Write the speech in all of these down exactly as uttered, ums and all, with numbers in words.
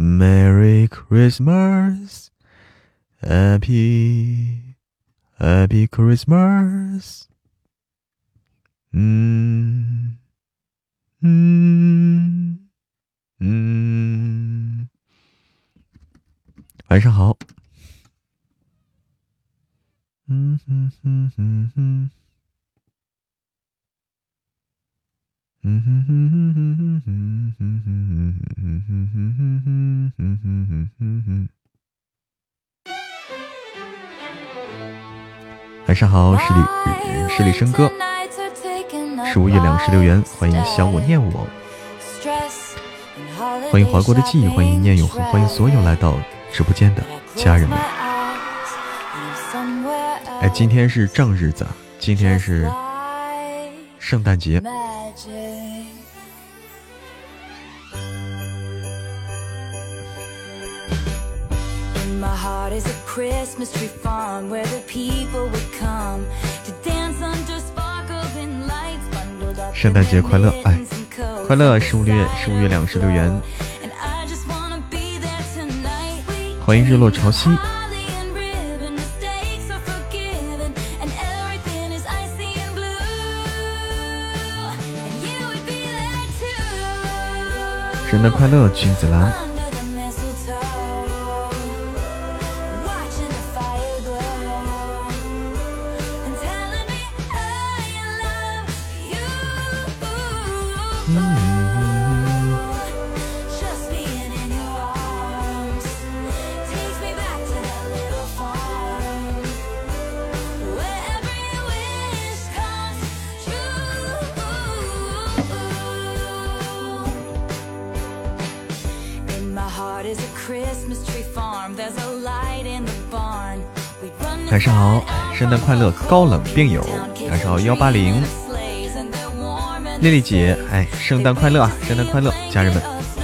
Merry Christmas, Happy Happy Christmas。嗯嗯嗯，晚上好。嗯哼哼哼哼。嗯哼哼哼哼哼哼哼哼哼哼哼哼哼哼哼。晚上好，十里十里笙歌，十五月两十六元，欢迎想我念我，欢迎划过的记忆，欢迎念永恒，欢迎所有来到直播间的家人们。哎，今天是正日子，今天是圣诞节。圣诞节快乐！哎，快乐！十五月十五月两十六元，欢迎日落潮汐。圣诞快乐，君子兰。晚上好，圣诞快乐，高冷病友。晚上好，幺八零，丽丽姐，哎，圣诞快乐，圣诞快乐，家人们。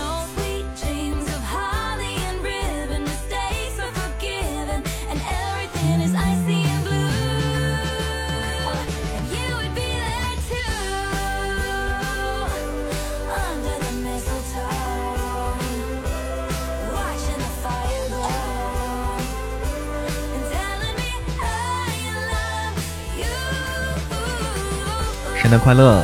圣诞快乐！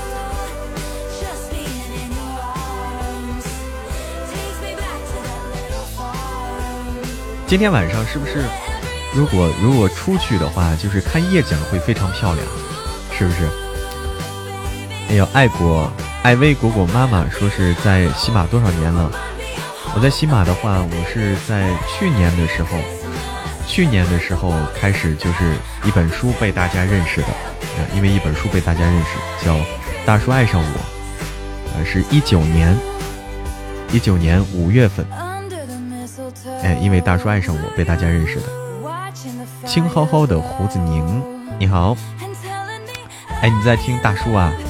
今天晚上是不是？如果如果出去的话，就是看夜景会非常漂亮，是不是？哎呦，爱果艾薇果果妈妈说是在喜马多少年了？我在喜马的话，我是在去年的时候，去年的时候开始就是一本书被大家认识的。因为一本书被大家认识，叫《大叔爱上我》，呃，是一九年，一九年五月份，哎，因为大叔爱上我被大家认识的。青蒿蒿的胡子宁，你好，哎，你在听大叔啊？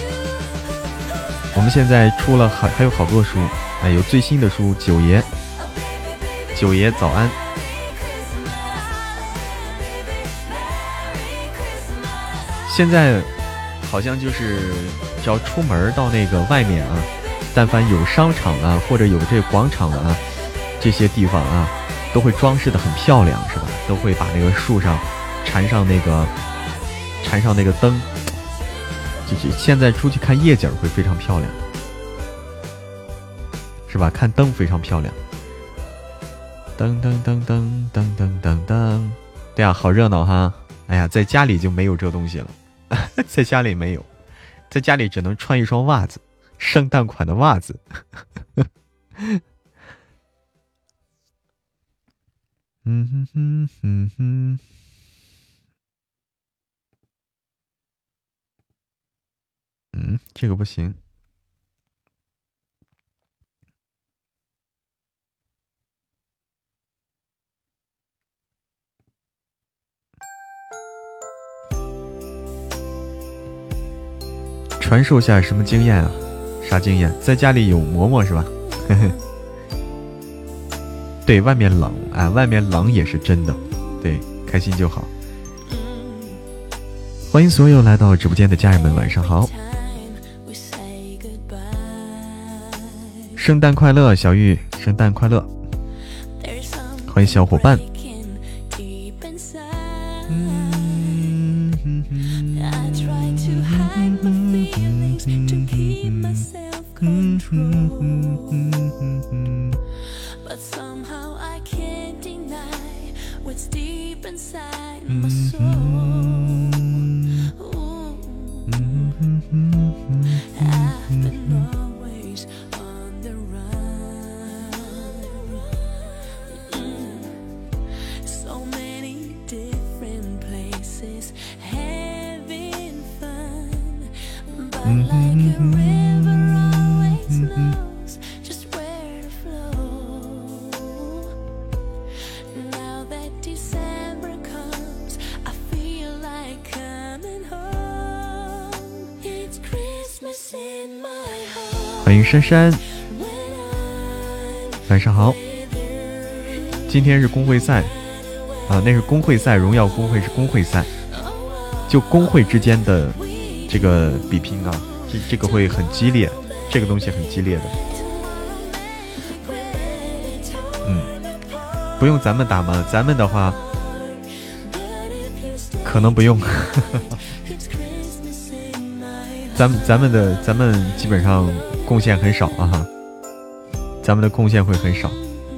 我们现在出了还还有好多书，哎，有最新的书，九爷，九爷早安。现在好像就是只要出门到那个外面啊，但凡有商场啊或者有这广场啊这些地方啊，都会装饰的很漂亮，是吧？都会把那个树上缠上那个缠上那个灯，就是现在出去看夜景会非常漂亮，是吧？看灯非常漂亮，噔噔噔噔噔噔噔噔，对啊，好热闹哈！哎呀，在家里就没有这东西了。在家里没有，在家里只能穿一双袜子，圣诞款的袜子。嗯哼哼哼哼，嗯，这个不行。传授下什么经验啊？啥经验？在家里有馍馍是吧？对，外面冷啊，外面冷也是真的。对，开心就好。欢迎所有来到直播间的家人们，晚上好。 圣诞快乐，小玉，圣诞快乐，欢迎小伙伴。 欢迎珊珊，晚上好。今天是公会赛啊，那是公会赛，荣耀公会是公会赛，就公会之间的这个比拼啊，这这个会很激烈，这个东西很激烈的。嗯，不用咱们打吗？咱们的话可能不用。咱们咱们的咱们基本上贡献很少啊哈，咱们的贡献会很少。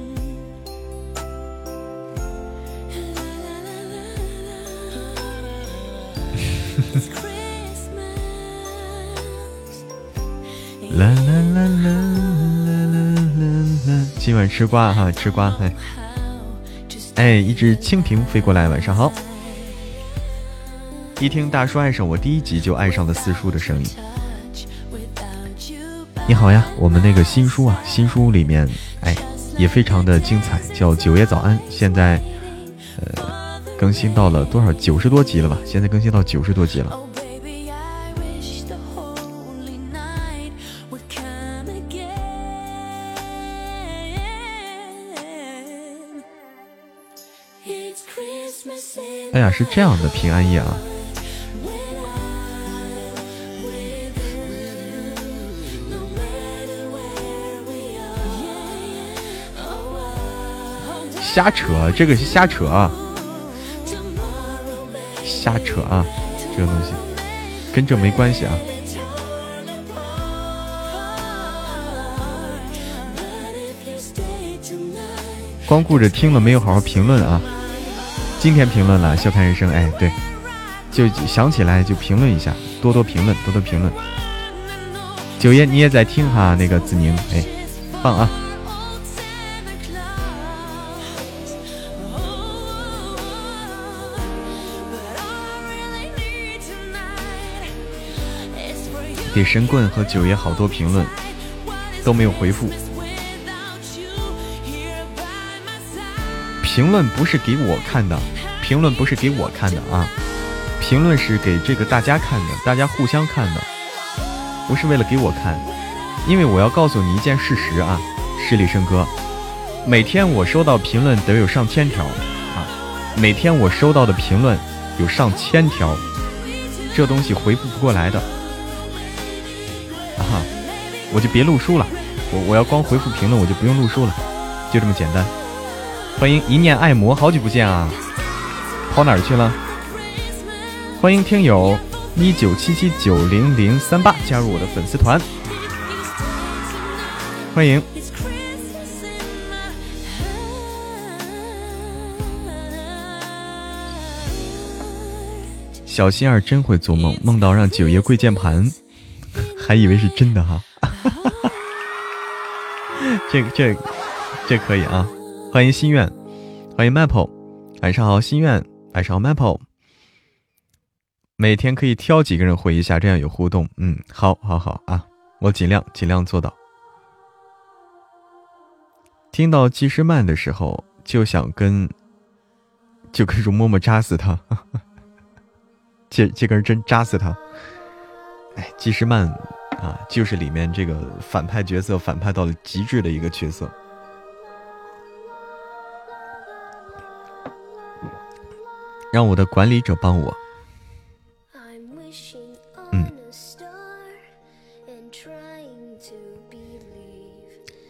啦啦啦啦啦啦啦！今晚吃瓜哈，吃瓜哎哎，一只蜻蜓飞过来，晚上好。一听大叔爱上我，第一集就爱上了四叔的声音。你好呀，我们那个新书啊，新书里面哎也非常的精彩，叫《九爷早安》，现在呃更新到了多少？九十多集了吧？现在更新到九十多集了。哎呀，是这样的，平安夜啊。瞎扯，这个是瞎扯啊，瞎扯啊，这个东西跟这没关系啊。光顾着听了没有好好评论啊。今天评论了，笑看人生，哎，对，就想起来就评论一下，多多评论，多多评论。九爷你也在听哈，那个子宁，哎，棒啊！给神棍和九爷好多评论都没有回复。评论不是给我看的，评论不是给我看的啊，评论是给这个大家看的，大家互相看的，不是为了给我看。因为我要告诉你一件事实啊，十里生哥，每天我收到评论得有上千条啊，每天我收到的评论有上千条，这东西回复不过来的啊，我就别录书了，我我要光回复评论，我就不用录书了，就这么简单。欢迎一念爱魔，好久不见啊，跑哪儿去了？欢迎听友一九七七九零零三八加入我的粉丝团，欢迎。小心儿真会做梦，梦到让九爷跪键盘，还以为是真的哈。这这这可以啊！欢迎心愿，欢迎 Maple， 晚上好，心愿，晚上好 Maple。每天可以挑几个人回一下，这样有互动。嗯，好，好，好啊，我尽量尽量做到。听到技师曼的时候，就想跟就跟容嬷嬷扎死他，这这根针扎死他。哎，技师曼啊，就是里面这个反派角色反派到了极致的一个角色。让我的管理者帮我。嗯。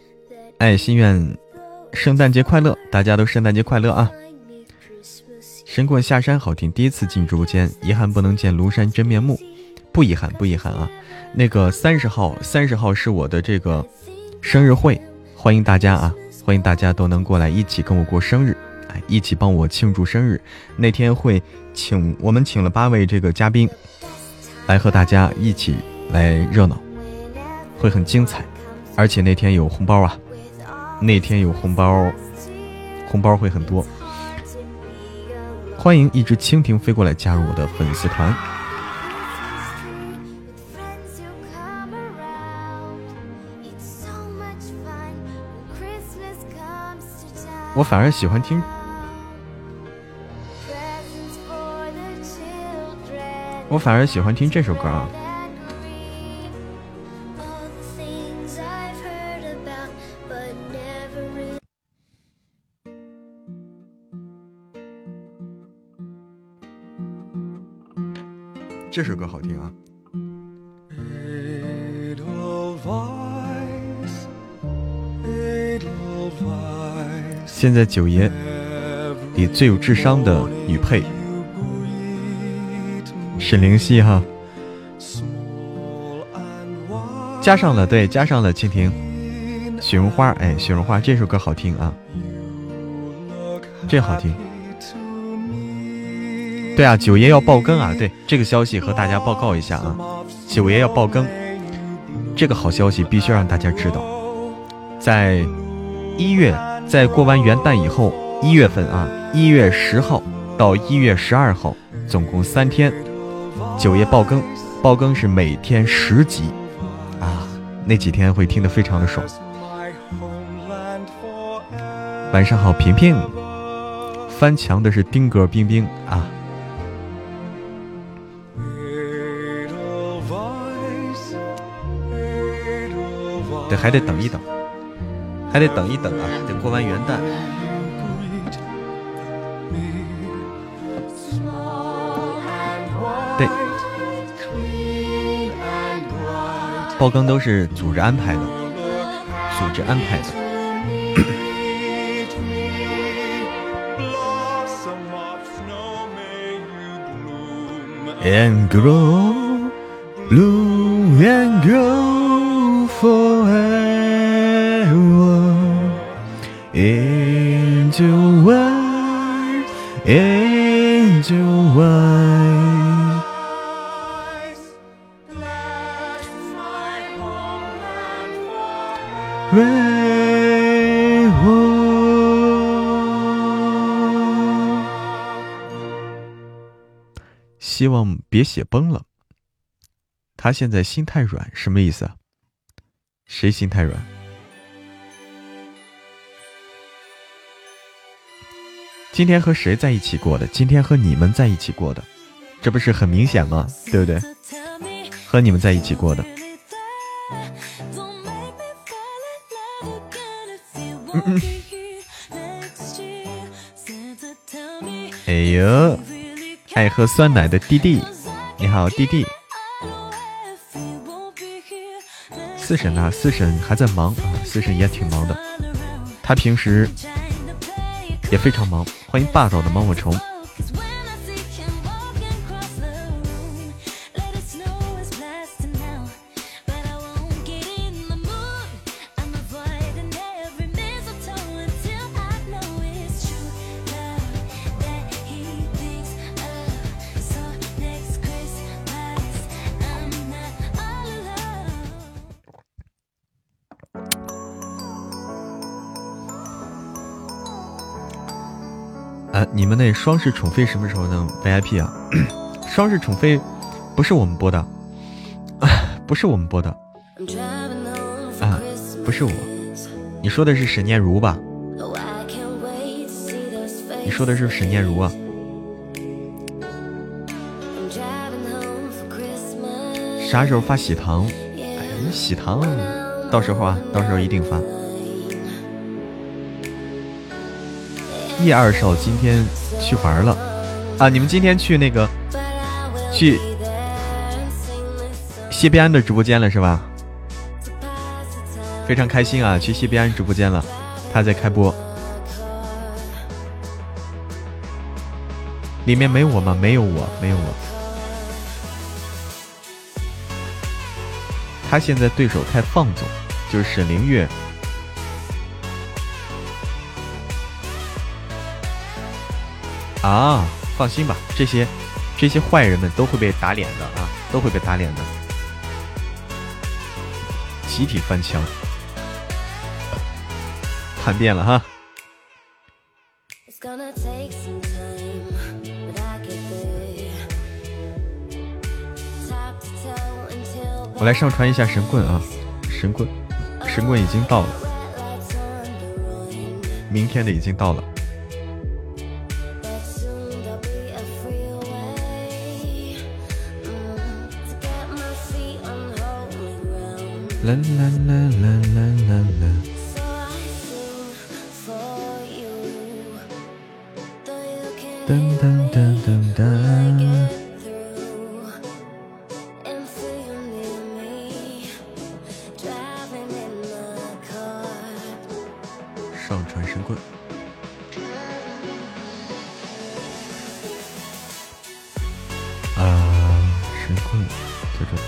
哎，心愿圣诞节快乐，大家都圣诞节快乐啊！神棍下山好听，第一次进直播间，遗憾不能见庐山真面目，不遗憾不遗憾啊！那个三十号，三十号是我的这个生日会，欢迎大家啊！欢迎大家都能过来一起跟我过生日，哎，一起帮我庆祝生日。那天会请我们请了八位这个嘉宾来和大家一起来热闹，会很精彩，而且那天有红包啊！那天有红包，红包会很多。欢迎一只蜻蜓飞过来加入我的粉丝团。我反而喜欢听，我反而喜欢听这首歌啊。这首歌好听啊。现在九爷里最有智商的女配沈灵溪哈，加上了，对，加上了蜻蜓雪绒花，哎，雪绒花这首歌好听啊，这好听。对啊，九爷要爆更啊！对，这个消息和大家报告一下啊，九爷要爆更，这个好消息必须让大家知道。在一月，在过完元旦以后，一月份啊，一月十号到一月十二号，总共三天，九爷爆更，爆更是每天十集啊，那几天会听得非常的爽。晚上好，平平，翻墙的是丁哥冰冰啊。对，还得等一等，还得等一等啊！得过完元旦。对，爆更都是组织安排的，组织安排的。And grow, bloom and grow forever into one, into one. Rainbow. 希望别写崩了。他现在心太软，什么意思啊？谁心太软？今天和谁在一起过的？今天和你们在一起过的，这不是很明显吗？对不对？和你们在一起过的。嗯嗯。哎呦，爱喝酸奶的弟弟，你好，弟弟。四婶呢？四婶还在忙啊，四婶也挺忙的，他平时也非常忙。欢迎霸道的毛毛虫。呃，你们那双世宠妃什么时候能 V I P 啊？双世宠妃不是我们播的，啊、不是我们播的，啊，不是我。你说的是沈念如吧？你说的是沈念如啊？啥时候发喜糖？哎呀，那喜糖到时候啊，到时候一定发。叶二少今天去玩了啊！你们今天去那个去谢边安的直播间了是吧？ 非常开心啊！去西边直播间了，他在开播。里面没我吗？没有我，没有我。他现在对手太放纵，就是沈凌月。啊，放心吧，这些这些坏人们都会被打脸的啊，都会被打脸的，集体翻墙，叛变了哈。我来上传一下神棍啊，神棍，神棍已经到了，明天的已经到了。啦啦啦啦啦啦啦。噔噔噔噔噔。上传神棍。啊，神棍在这。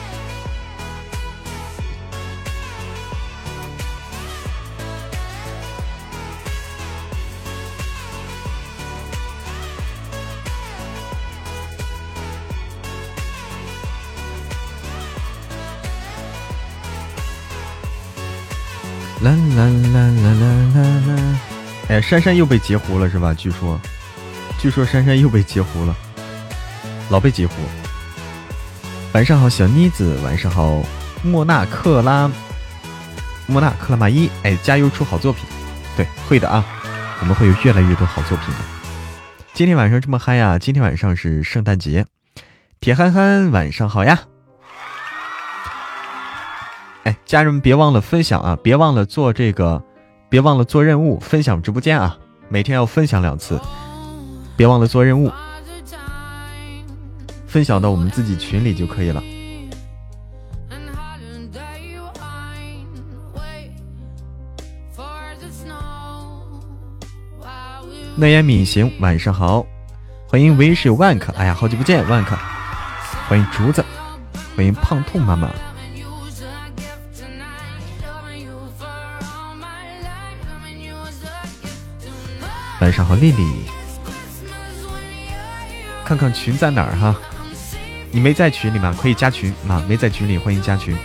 啦啦啦啦啦啦啦！哎，珊珊又被截胡了是吧？据说，据说珊珊又被截胡了，老被截胡。晚上好，小妮子，晚上好，莫纳克拉，莫纳克拉玛伊，哎，加油出好作品，对，会的啊，我们会有越来越多好作品的。今天晚上这么嗨呀！今天晚上是圣诞节，铁憨憨晚上好呀！哎，家人们别忘了分享啊！别忘了做这个，别忘了做任务，分享直播间啊！每天要分享两次，别忘了做任务，分享到我们自己群里就可以了。内言敏行，晚上好，欢迎维是万克，哎呀，好久不见，万克，欢迎竹子，欢迎胖痛妈妈。晚上好，丽丽，看看群在哪儿哈？你没在群里吗？可以加群啊！没在群里，欢迎加群。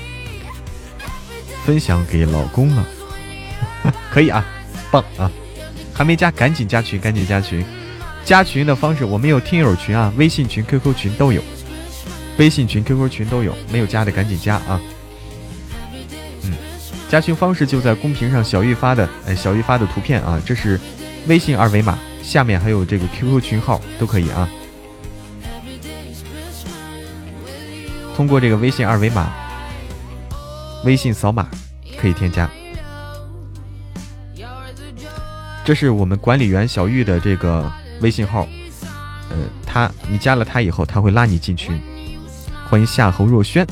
分享给老公了，可以啊，棒啊！还没加，赶紧加群，赶紧加群。加群的方式，我们有听友群啊，微信群、Q Q 群都有，微信群、Q Q 群都有，没有加的赶紧加啊！嗯，加群方式就在公屏上小玉发的，哎，小玉发的图片啊，这是。微信二维码下面还有这个 Q Q 群号都可以啊，通过这个微信二维码，微信扫码可以添加。这是我们管理员小玉的这个微信号，呃，他你加了他以后，他会拉你进群。欢迎夏侯若轩。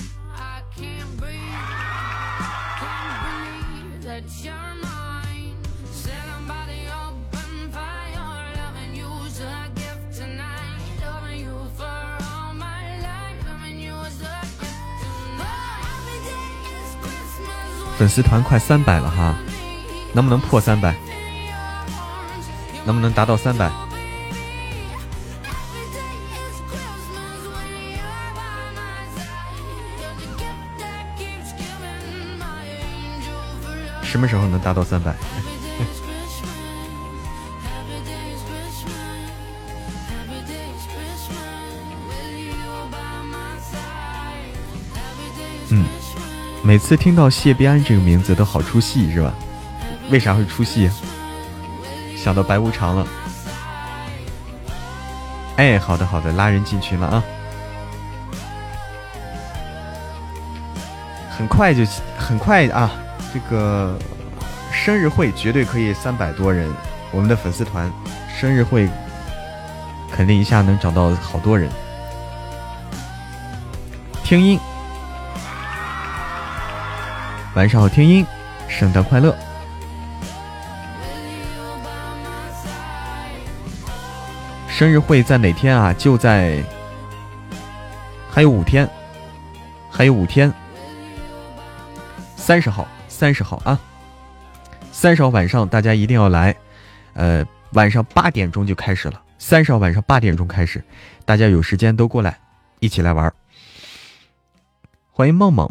粉丝团快三百了哈，能不能破三百？能不能达到三百？什么时候能达到三百？嗯。每次听到谢必安这个名字都好出戏是吧？为啥会出戏？想到白无常了。哎，好的好的，拉人进群了啊！很快就很快啊，这个生日会绝对可以三百多人，我们的粉丝团生日会肯定一下能找到好多人。听音。 晚上好，听音，圣诞快乐。生日会在哪天啊？就在还有五天，还有五天，三十号，三十号啊，三十号晚上大家一定要来，呃，晚上八点钟就开始了，三十号晚上八点钟开始，大家有时间都过来，一起来玩。欢迎梦梦，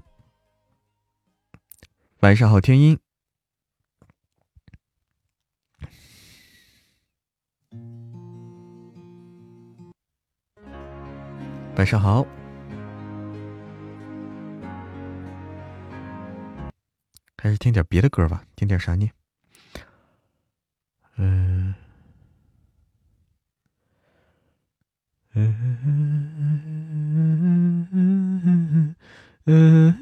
晚上好，听音。晚上好，还是听点别的歌吧，听点啥呢？嗯嗯嗯嗯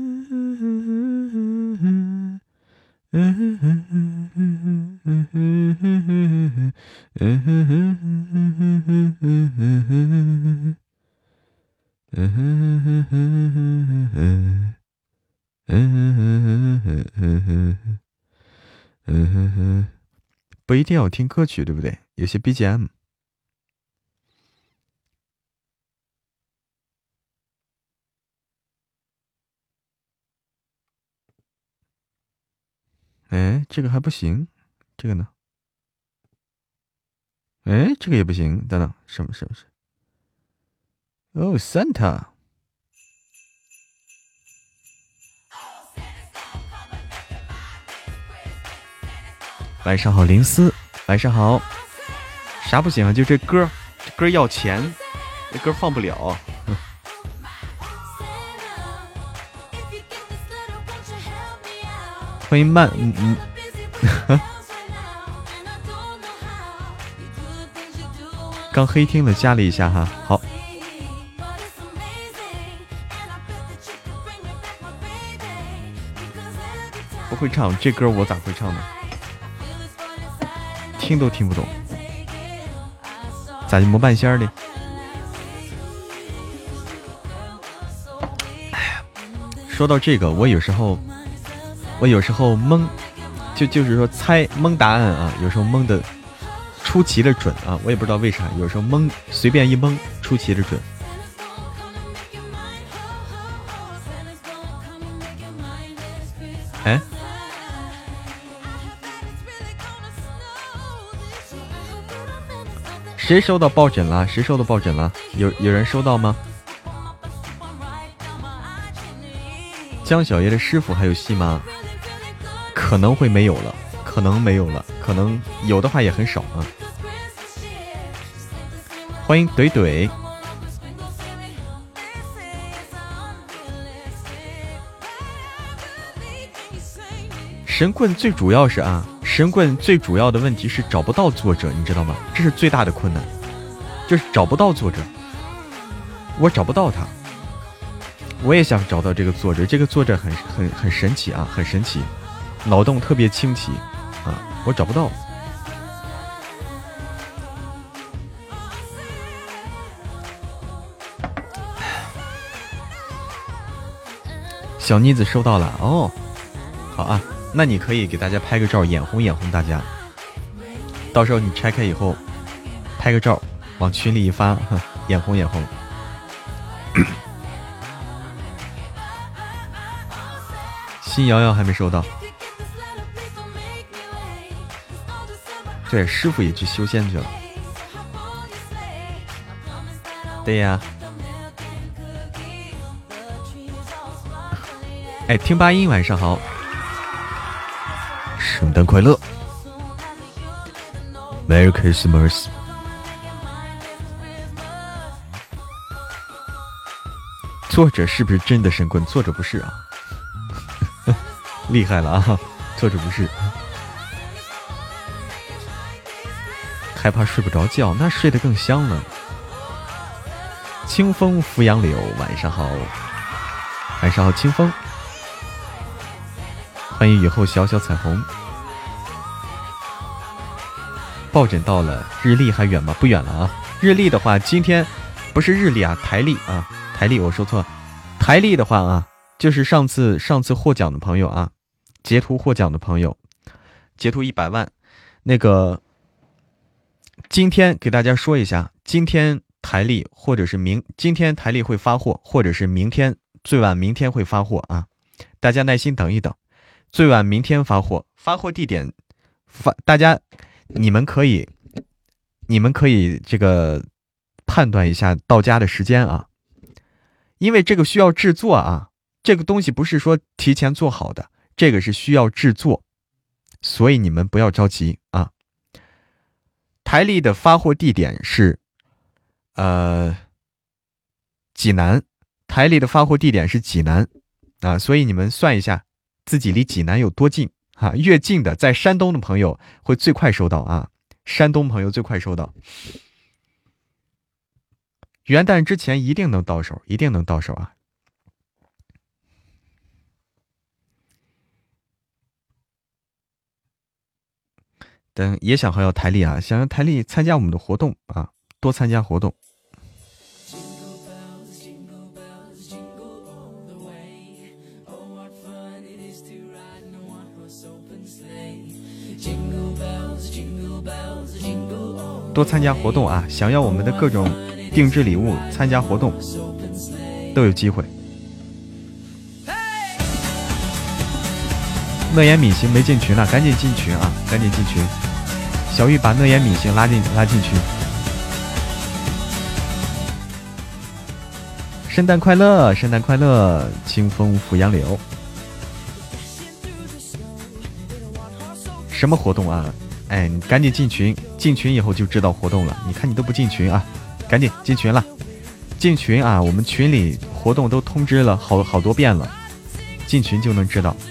不一定要听歌曲，对不对？有些 B G M。哎，这个还不行，这个呢？哎，这个也不行，等等，什么什么什么？哦 ，Santa。晚上好，林思。晚上好。啥不行啊？就这歌，这歌要钱，这歌放不了。欢迎慢，嗯嗯。刚黑听了，加了一下哈。好。不会唱这歌，我咋会唱呢？听都听不懂，咋就没半仙儿呢？哎呀，说到这个，我有时候，我有时候蒙，就就是说猜蒙答案啊，有时候蒙的出奇的准啊，我也不知道为啥，有时候蒙随便一蒙出奇的准。哎。谁收到抱枕了？谁收到抱枕了？有有人收到吗？江小爷的师傅还有戏吗？可能会没有了，可能没有了，可能有的话也很少啊。欢迎怼怼。神棍最主要是啊。神棍最主要的问题是找不到作者，你知道吗？这是最大的困难，就是找不到作者。我找不到他，我也想找到这个作者。这个作者很很很神奇啊，很神奇，脑洞特别清奇啊，我找不到。小妮子收到了哦，好啊。那你可以给大家拍个照，眼红眼红大家。到时候你拆开以后，拍个照往群里一发，眼红眼红。新瑶瑶还没收到，对，师傅也去修仙去了。对呀。哎，听八音，晚上好。圣诞快乐 Merry Christmas。 作者是不是真的神棍？作者不是啊。厉害了啊，作者不是。害怕睡不着觉，那睡得更香了。清风拂杨柳，晚上好。晚上好，清风。欢迎雨后小小彩虹。抱枕到了，日历还远吗？不远了啊。日历的话，今天不是日历啊，台历啊，台历我说错了。台历的话啊， 就是上次上次获奖的朋友啊，截图获奖的朋友，截图一百万。那个今天给大家说一下，今天台历或者是明今天台历会发货，或者是明天最晚明天会发货啊，大家耐心等一等，最晚明天发货，发货地点发大家你们可以你们可以这个判断一下到家的时间啊，因为这个需要制作啊，这个东西不是说提前做好的，这个是需要制作，所以你们不要着急啊。台历的发货地点是呃济南，台历的发货地点是济南啊，所以你们算一下自己离济南有多近啊，越近的在山东的朋友会最快收到啊，山东朋友最快收到，元旦之前一定能到手，一定能到手啊。等也想要台历啊，想要台历参加我们的活动啊，多参加活动。多参加活动啊！想要我们的各种定制礼物，参加活动都有机会。乐言米行没进群了，赶紧进群啊！赶紧进群。小玉把乐言米行拉进拉进群。圣诞快乐，圣诞快乐，清风拂杨柳。什么活动啊？哎，你赶紧进群，进群以后就知道活动了。你看你都不进群啊，赶紧进群了，进群啊！我们群里活动都通知了好好多遍了，进群就能知道。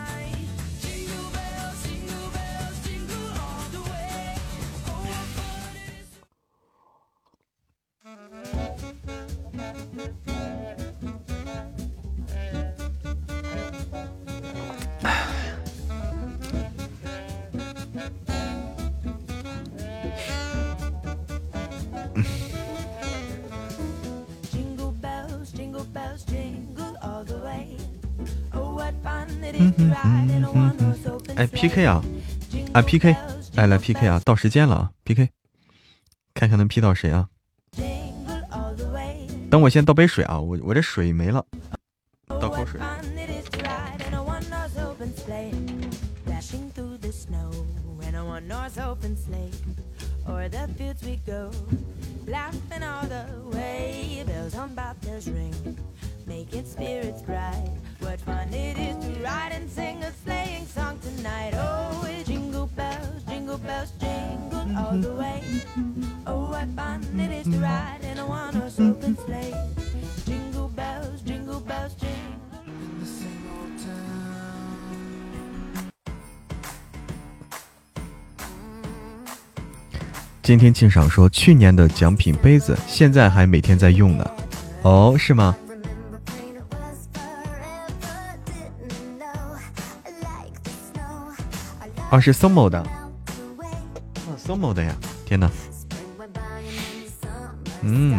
哎 ，P K 啊，啊 P K， 来来 P K 啊，到时间了啊 ，P K， 看看能 P 到谁啊？等我先倒杯水啊，我我这水没了，倒口水。Making spirits bright. What fun it is to ride and sing a sleighing song tonight. Oh, jingle bells, jingle bells, jingle all the way. Oh, what fun it is to ride in a one-horse open sleigh. Jingle bells, jingle bells, jingle in the same old town. 今天敬赏说，去年的奖品杯子现在还每天在用呢。哦，是吗？哦，是 Somo 的，哦 ，Somo 的呀！天哪，嗯，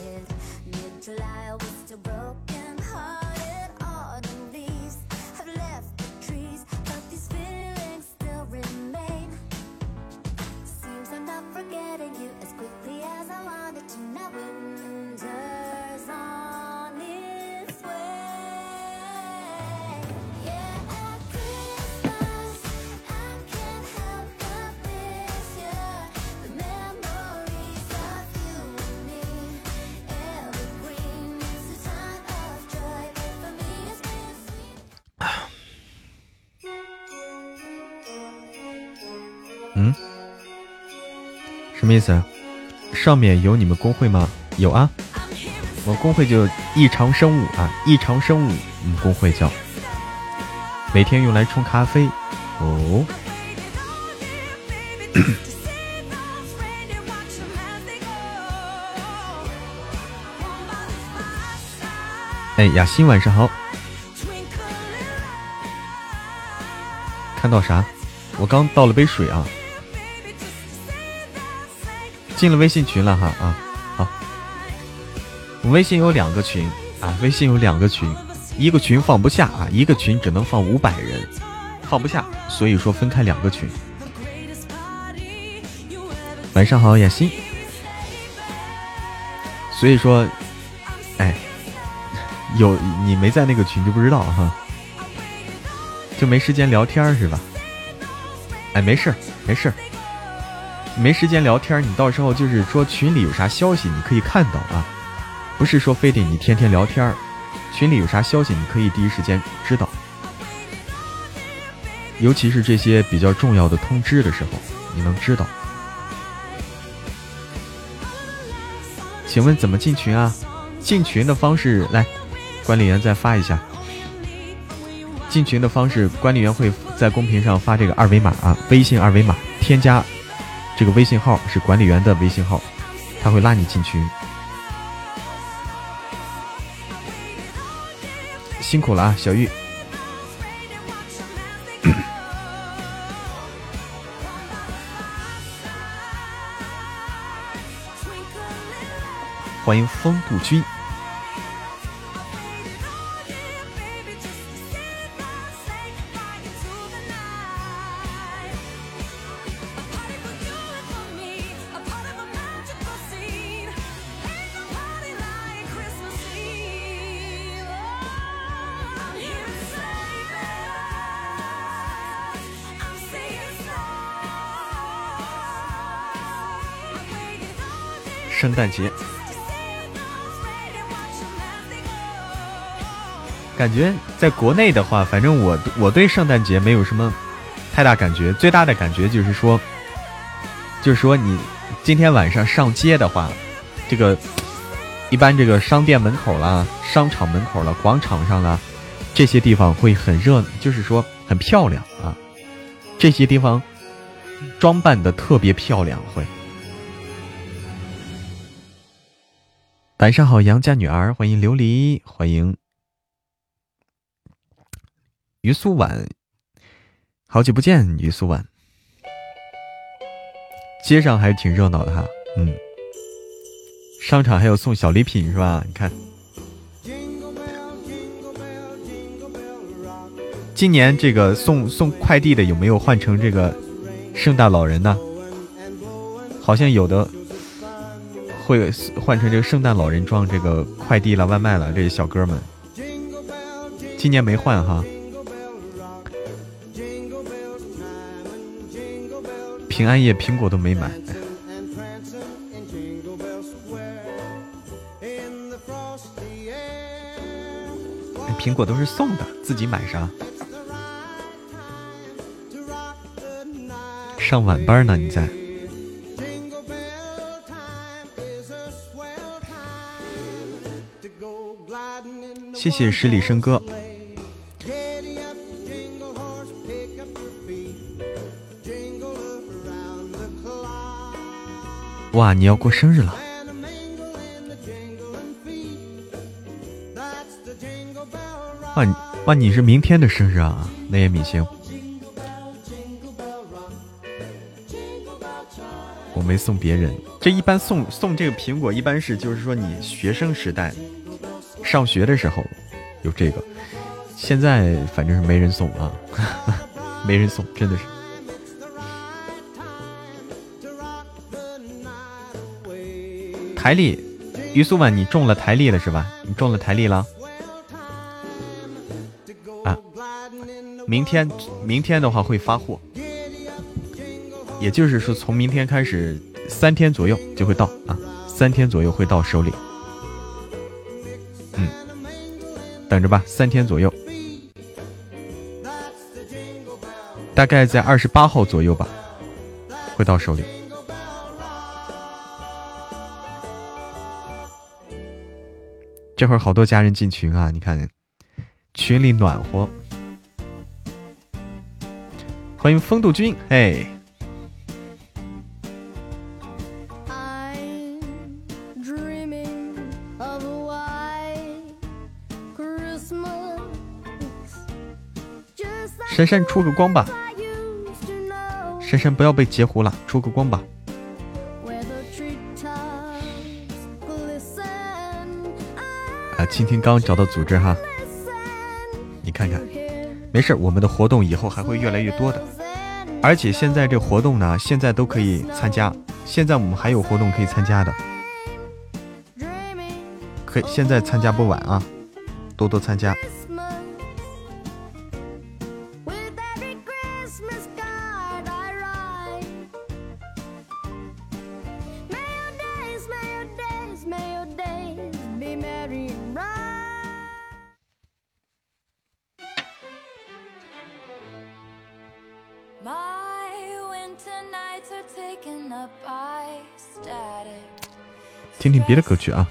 嗯，什么意思啊？上面有你们公会吗？有啊，我公会就异常生物啊，异常生物，我们公会叫，每天用来冲咖啡。哦，哎，雅欣晚上好。看到啥？我刚倒了杯水啊。进了微信群了哈啊，好，我微信有两个群啊，微信有两个群， 一个群放不下啊，一个群只能放五百人，放不下，所以说分开两个群。晚上好，雅欣。所以说，哎，有你没在那个群就不知道哈，就没时间聊天是吧？哎，没事没事，没时间聊天，你到时候就是说群里有啥消息你可以看到啊，不是说非得你天天聊天，群里有啥消息你可以第一时间知道，尤其是这些比较重要的通知的时候，你能知道。请问怎么进群啊？进群的方式来，管理员再发一下。进群的方式，管理员会在公屏上发这个二维码啊，微信二维码，添加这个微信号是管理员的微信号，他会拉你进群。辛苦了啊，小玉。欢迎风度君。圣诞节。感觉在国内的话，反正我我对圣诞节没有什么太大感觉，最大的感觉就是说，就是说你今天晚上上街的话，这个一般这个商店门口啦、商场门口啦、广场上啦，这些地方会很热，就是说很漂亮啊，这些地方装扮的特别漂亮会。晚上好，杨家女儿，欢迎琉璃，欢迎于苏婉，好久不见，于苏婉。街上还是挺热闹的哈，嗯，商场还有送小礼品是吧？你看，今年这个送送快递的有没有换成这个圣诞老人呢？好像有的会换成这个圣诞老人装这个快递了、外卖了，这些小哥们，今年没换哈。平安夜苹果都没买，苹果都是送的，自己买啥？上晚班呢？你在？谢谢十里笙歌。哇，你要过生日了！哇，哇，你是明天的生日啊，那也米星。我没送别人，这一般送送这个苹果，一般是就是说你学生时代上学的时候有这个，现在反正是没人送啊，没人送，真的是。台历，于苏婉，你中了台历了是吧？你中了台历了啊！明天，明天的话会发货，也就是说从明天开始三天左右就会到啊，三天左右会到手里。嗯，等着吧，三天左右，大概在二十八号左右吧，会到手里。这会儿好多家人进群啊，你看群里暖和。欢迎风度君，哎，珊珊出个光吧，珊珊不要被截胡了，出个光吧。啊，倾听刚找到组织哈， 看看，没事，我们的活动以后还会越来越多的，而且现在这活动呢，现在都可以参加，现在我们还有活动可以参加的，可以现在参加不晚啊，多多参加。听听别的歌曲啊。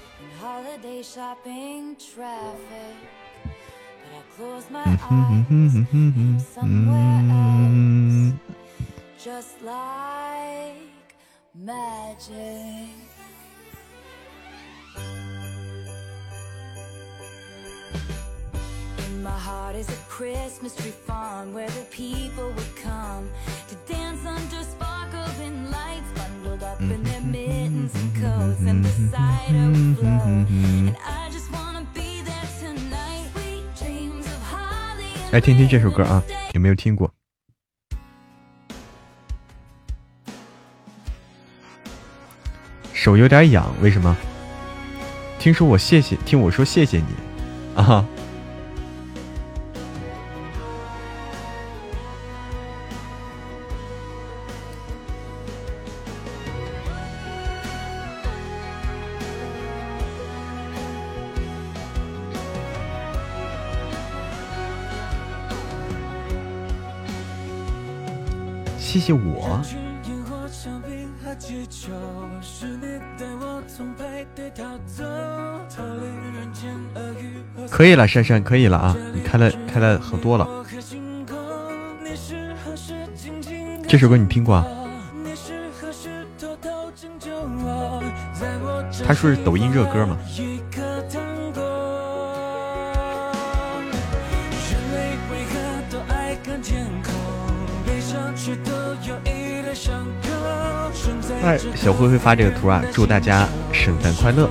嗯哼哼哼哼哼哼嗯。My heart is a Christmas tree farm where the people would come to dance under sparkling lights, bundled up in their mittens and coats, and the cider would flow. And I just wanna be there tonight. Sweet dreams of holly. 来听听这首歌啊，有没有听过？手有点痒，为什么？听说我谢谢，听我说谢谢你啊。谢谢我。可以了，珊珊，可以了啊！你开了开了好多了。这首歌你听过啊？他说是抖音热歌吗？哎，小灰灰发这个图啊，祝大家圣诞快乐！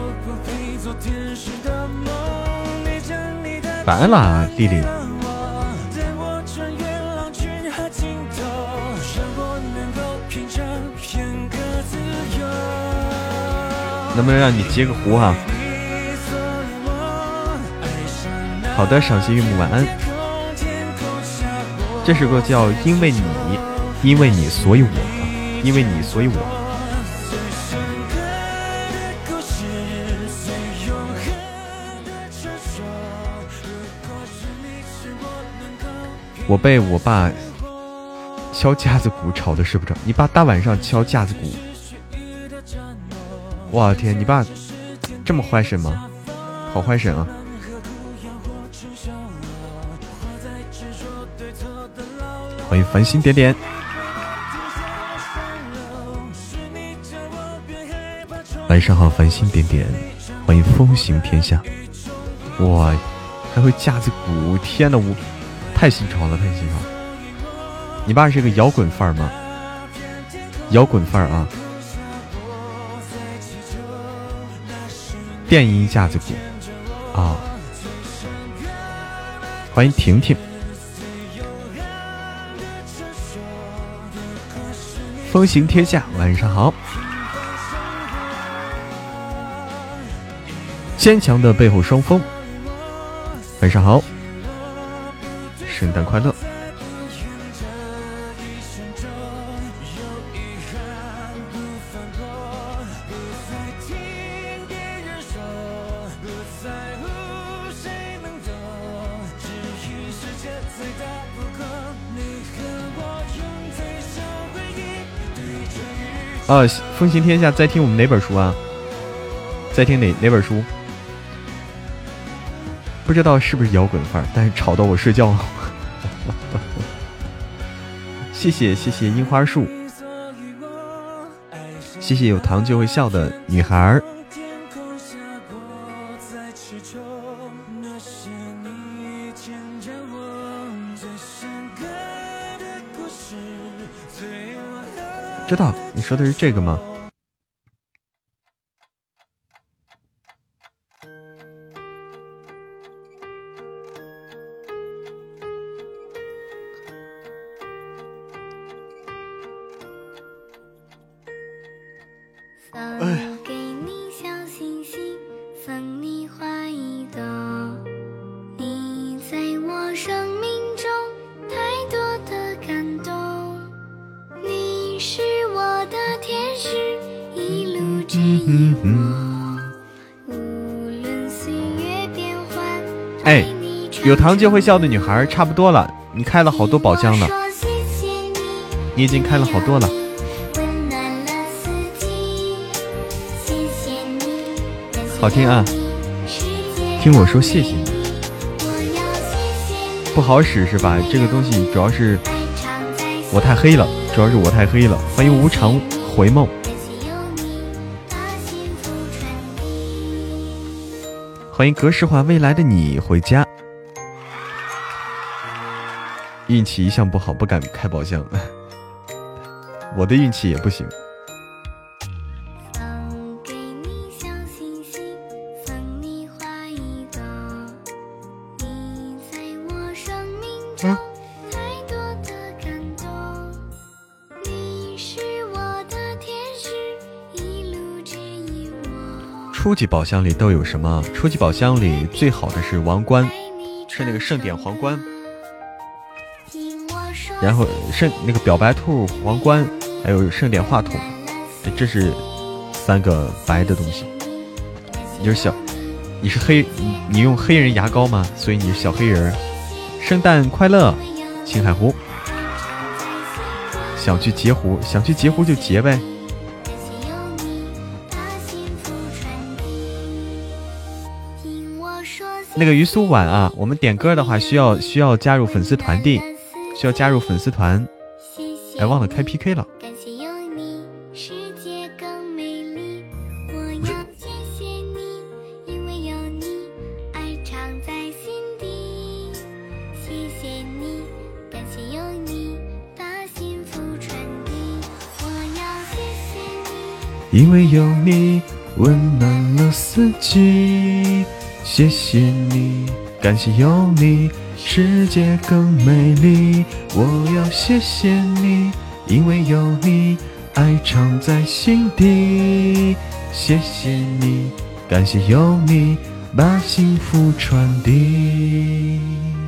晚安啦，丽丽。能不能让你截个胡啊？好的，赏心悦目，晚安。这首歌叫《因为你》，因为你，所以我，因为你，所以我。我被我爸敲架子鼓吵得睡不着。你爸大晚上敲架子鼓？哇天，你爸这么坏神吗？好坏神啊！欢迎繁星点点。晚上好，繁星点点。欢迎风行天下。哇，还会架子鼓！天哪，我太新潮了，太新潮了！你爸是个摇滚范儿吗？摇滚范儿啊！电音架子鼓啊！欢迎婷婷。风行天下，晚上好。坚强的背后双峰，晚上好。圣诞快乐！啊，风行天下在听我们哪本书啊？在听哪哪本书？不知道是不是摇滚范儿，但是吵到我睡觉了。谢谢谢谢樱花树，谢谢有糖就会笑的女孩儿。知道你说的是这个吗？ 哎。嗯嗯，哎，有糖就会笑的女孩差不多了，你开了好多宝箱了，你已经开了好多了。好听啊，听我说谢谢你。不好使是吧？这个东西主要是我太黑了，主要是我太黑了。欢迎无常回梦。欢迎格式化未来的你回家。运气一向不好，不敢开宝箱。我的运气也不行。嗯。初级宝箱里都有什么？初级宝箱里最好的是王冠，是那个盛典皇冠，然后圣那个表白兔皇冠，还有盛典话筒，这是三个白的东西。你就是小，你是黑，你你用黑人牙膏吗？所以你是小黑人。圣诞快乐，青海湖。想去截胡，想去截胡就截呗。那个鱼酥碗啊，我们点歌的话需要需要加入粉丝团的，需要加入粉丝团。哎，忘了开 P K 了。因为有你，温暖了四季。谢谢你，感谢有你，世界更美丽。我要谢谢你，因为有你，爱藏在心底。谢谢你，感谢有你，把幸福传递。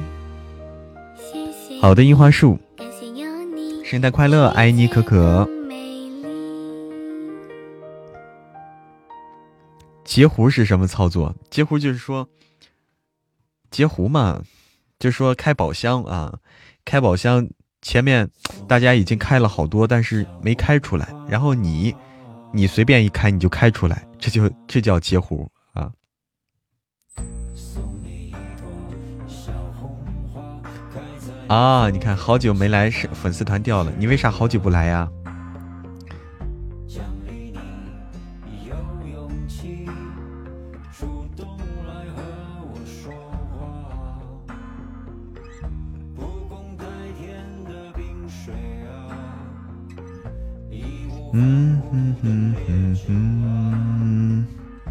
好的，樱花树，圣诞快乐，爱你可可。截胡是什么操作？截胡就是说，截胡嘛，就是说开宝箱啊，开宝箱前面大家已经开了好多，但是没开出来，然后你你随便一开你就开出来，这就这叫截胡啊。啊，你看好久没来，粉丝团掉了，你为啥好久不来呀？嗯哼哼哼哼，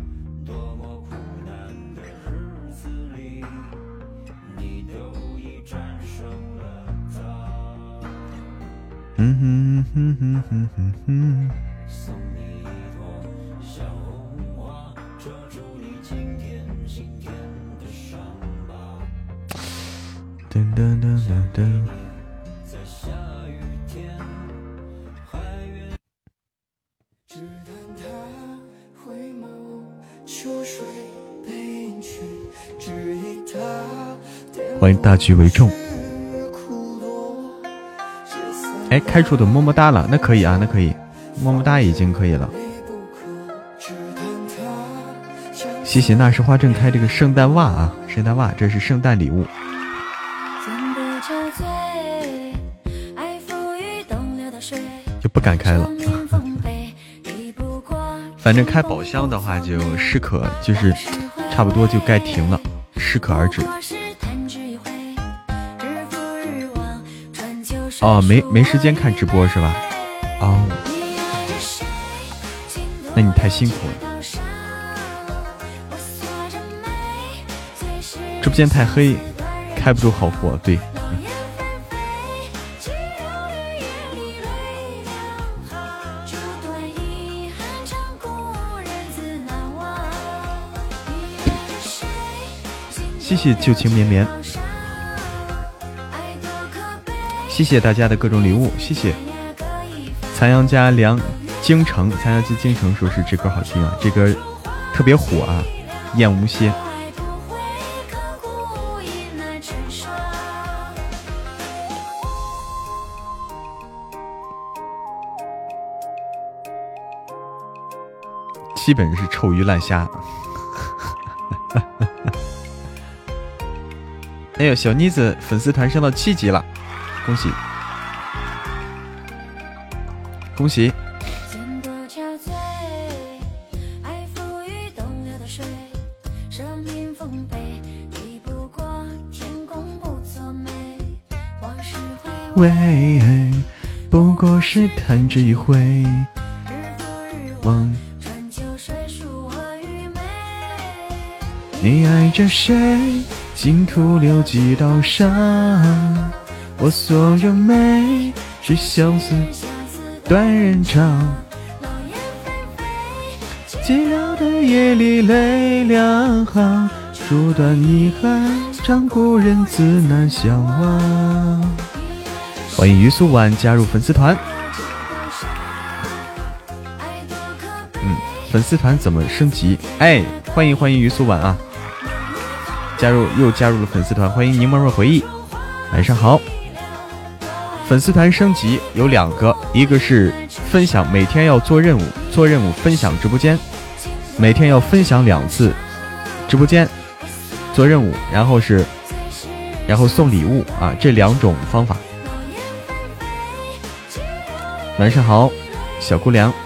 嗯哼哼哼哼哼哼。噔噔噔噔噔。欢迎大局为重。哎，开出的么么哒了，那可以啊，那可以，么么哒已经可以了。谢谢那时花正开这个圣诞袜啊，圣诞袜，这是圣诞礼物。就不敢开了。反正开宝箱的话就适可，就是差不多就该停了，适可而止。哦，没没时间看直播是吧？哦，那你太辛苦了。直播间太黑，开不出好货。对。 谢谢旧情绵绵，谢谢大家的各种礼物，谢谢残阳家梁京城，残阳家京城说是这歌好听啊，这歌特别火啊，燕无歇。基本是臭鱼烂虾。哎呦，小妮子粉丝团升到七级了，恭喜恭喜！喂，不过是弹指一挥，望你爱着谁，尽徒留几道伤。我所有美，是相思断人肠。寂寥的夜里泪两行，书断遗憾，让故人自难相忘。欢迎于素婉加入粉丝团。嗯，粉丝团怎么升级？哎，欢迎欢迎于素婉啊！加入又加入了粉丝团，欢迎柠檬味回忆，晚上好。粉丝团升级有两个，一个是分享，每天要做任务，做任务分享直播间，每天要分享两次直播间做任务，然后是然后送礼物啊，这两种方法。晚上好，小姑娘。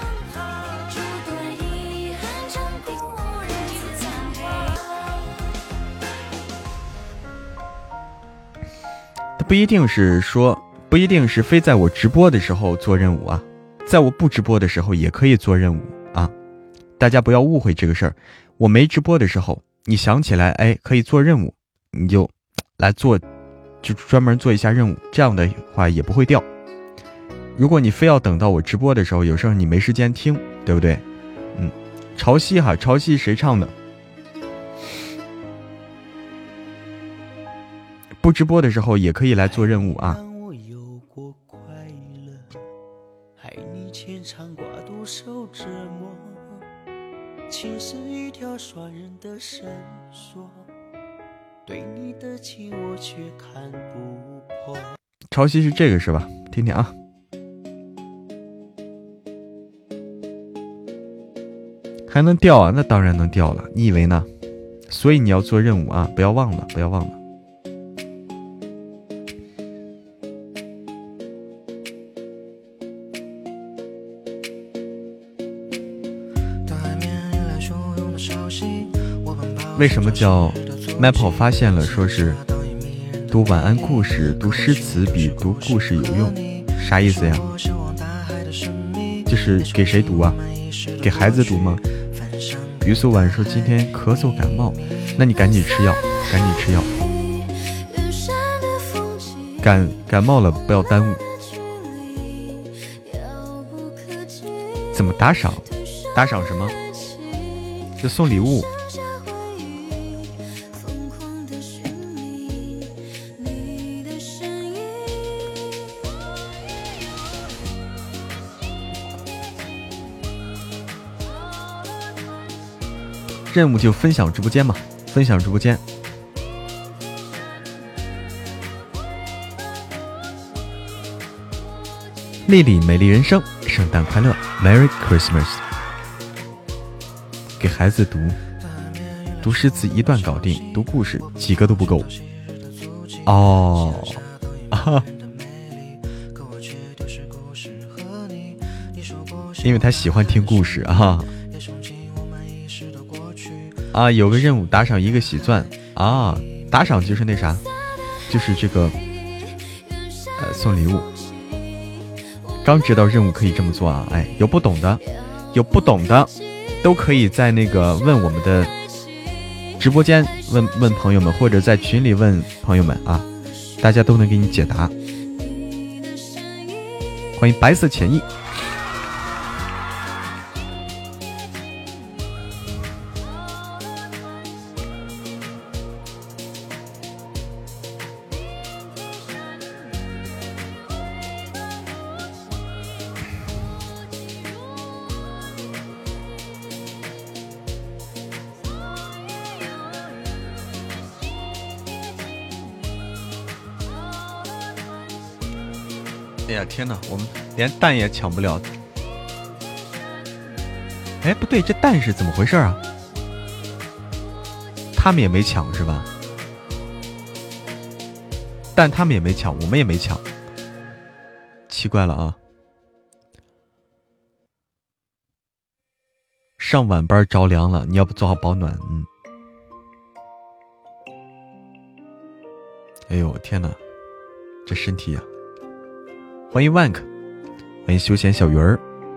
不一定是说，不一定是非在我直播的时候做任务啊，在我不直播的时候也可以做任务啊，大家不要误会这个事儿。我没直播的时候，你想起来，哎，可以做任务，你就来做，就专门做一下任务，这样的话也不会掉。如果你非要等到我直播的时候，有时候你没时间听，对不对？嗯，潮汐哈，潮汐谁唱的？不直播的时候也可以来做任务啊。潮汐是这个是吧？听听啊。还能掉啊？那当然能掉了，你以为呢？所以你要做任务啊，不要忘了，不要忘了。为什么叫 Maple 发现了说是读晚安故事读诗词比读故事有用，啥意思呀？就是给谁读啊？给孩子读吗？于素婉说今天咳嗽感冒，那你赶紧吃药，赶紧吃药，感感冒了不要耽误。怎么打赏？打赏什么？就送礼物。任务就分享直播间嘛，分享直播间。丽丽美丽人生，圣诞快乐 ，Merry Christmas。给孩子读，读诗词一段搞定，读故事几个都不够。哦，啊，因为他喜欢听故事啊。啊，有个任务打赏一个喜钻啊，打赏就是那啥，就是这个呃送礼物。刚知道任务可以这么做啊，哎，有不懂的，有不懂的，都可以在那个问我们的直播间问问朋友们，或者在群里问朋友们啊，大家都能给你解答。欢迎白色潜意。 哎呀天哪，我们连蛋也抢不了。哎，不对，这蛋是怎么回事啊？他们也没抢是吧？蛋他们也没抢，我们也没抢，奇怪了啊！上晚班着凉了，你要不做好保暖？嗯。哎呦天哪，这身体呀！欢迎 Wank， 欢迎休闲小鱼儿。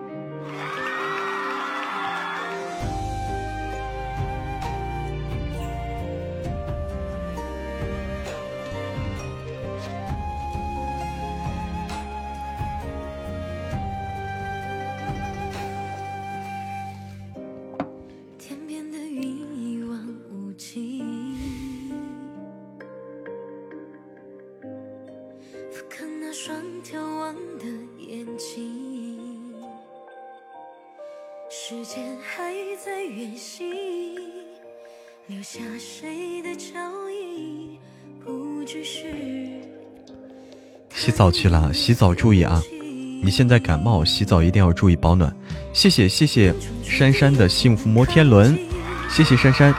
洗澡去了，洗澡注意啊！你现在感冒，洗澡一定要注意保暖。谢谢谢谢珊珊的幸福摩天轮，谢谢珊珊。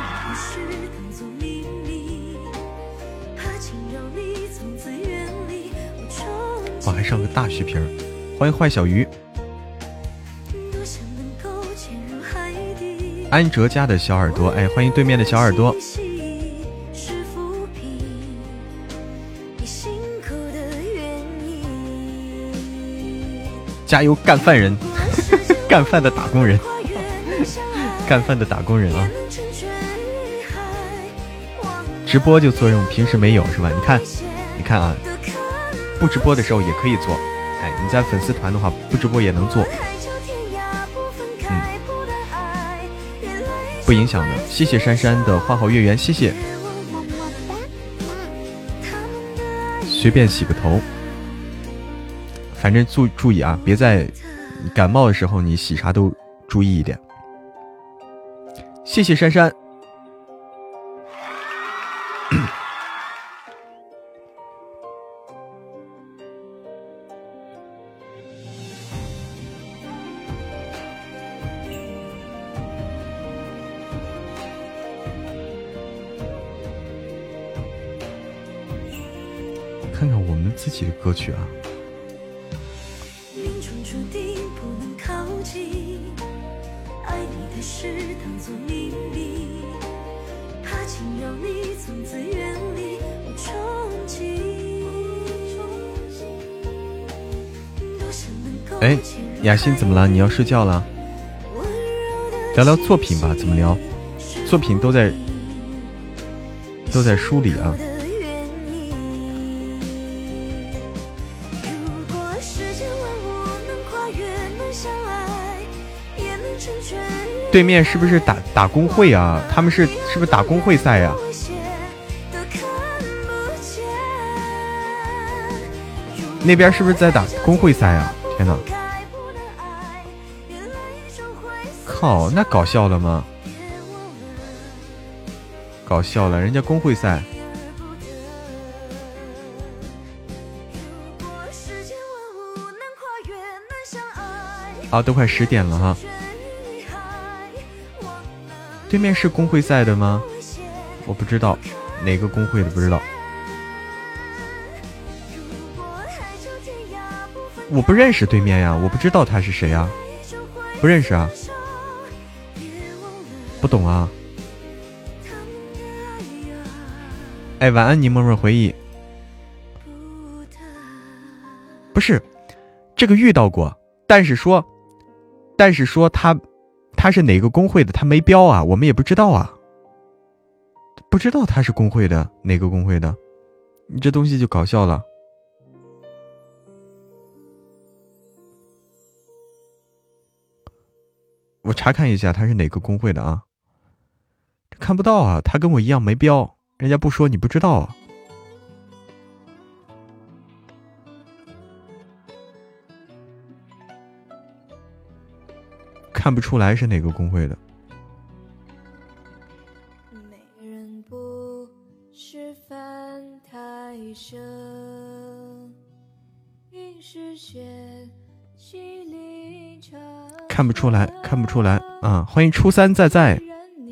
我还上个大血瓶，欢迎坏小鱼。安哲家的小耳朵，哎，欢迎对面的小耳朵。加油，干饭人，干饭的打工人，干饭的打工人啊！直播就作用，平时没有是吧？你看，你看啊，不直播的时候也可以做。哎，你在粉丝团的话，不直播也能做。嗯，不影响的。谢谢珊珊的花好月圆，谢谢。随便洗个头。反正注注意啊，别在感冒的时候你洗啥都注意一点。谢谢珊珊。看看我们自己的歌曲啊。哎，雅欣怎么了？你要睡觉了？聊聊作品吧，怎么聊？作品都在都在书里啊。对面是不是打打工会啊？他们是是不是打工会赛呀、啊？那边是不是在打工会赛啊？天哪！靠，那搞笑了吗？搞笑了，人家工会赛。啊，都快十点了哈。对面是工会赛的吗？我不知道，哪个工会的不知道。我不认识对面呀，我不知道他是谁呀，不认识啊，不懂啊。哎，晚安，柠檬檬回忆。不是，这个遇到过，但是说，但是说他。他是哪个工会的？他没标啊，我们也不知道啊，不知道他是工会的哪个工会的，你这东西就搞笑了。我查看一下他是哪个工会的啊，看不到啊，他跟我一样没标，人家不说你不知道啊。看不出来是哪个工会的。美人不是饭太深，一看不出来，看不出来啊！欢迎初三在在。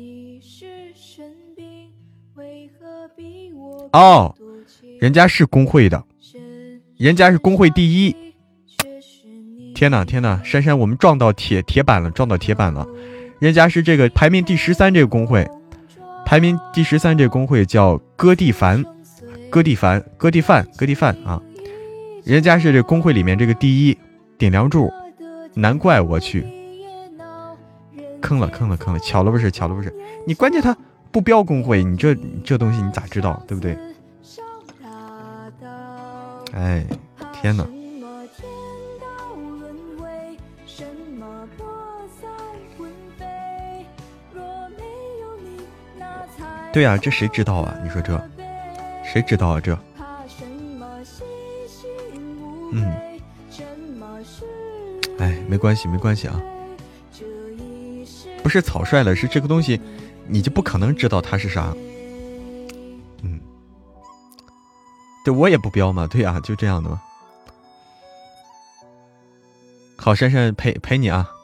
哦，人家是工会的，人家是工会第一。天哪天哪，珊珊，我们撞到铁铁板了，撞到铁板了。人家是这个排名第十三这个工会，排名第十三这个工会叫割地凡，割地凡，割地饭，割地饭啊！人家是这工会里面这个第一顶梁柱，难怪我去坑了坑了坑了，巧了不是巧了不是，你关键他不标工会，你这这东西你咋知道，对不对？哎，天哪！对呀、啊，这谁知道啊？你说这谁知道啊？这，嗯，哎，没关系，没关系啊。不是草率了，是这个东西，你就不可能知道它是啥。嗯，对我也不标嘛，对呀、啊，就这样的嘛。好，珊珊陪陪你啊。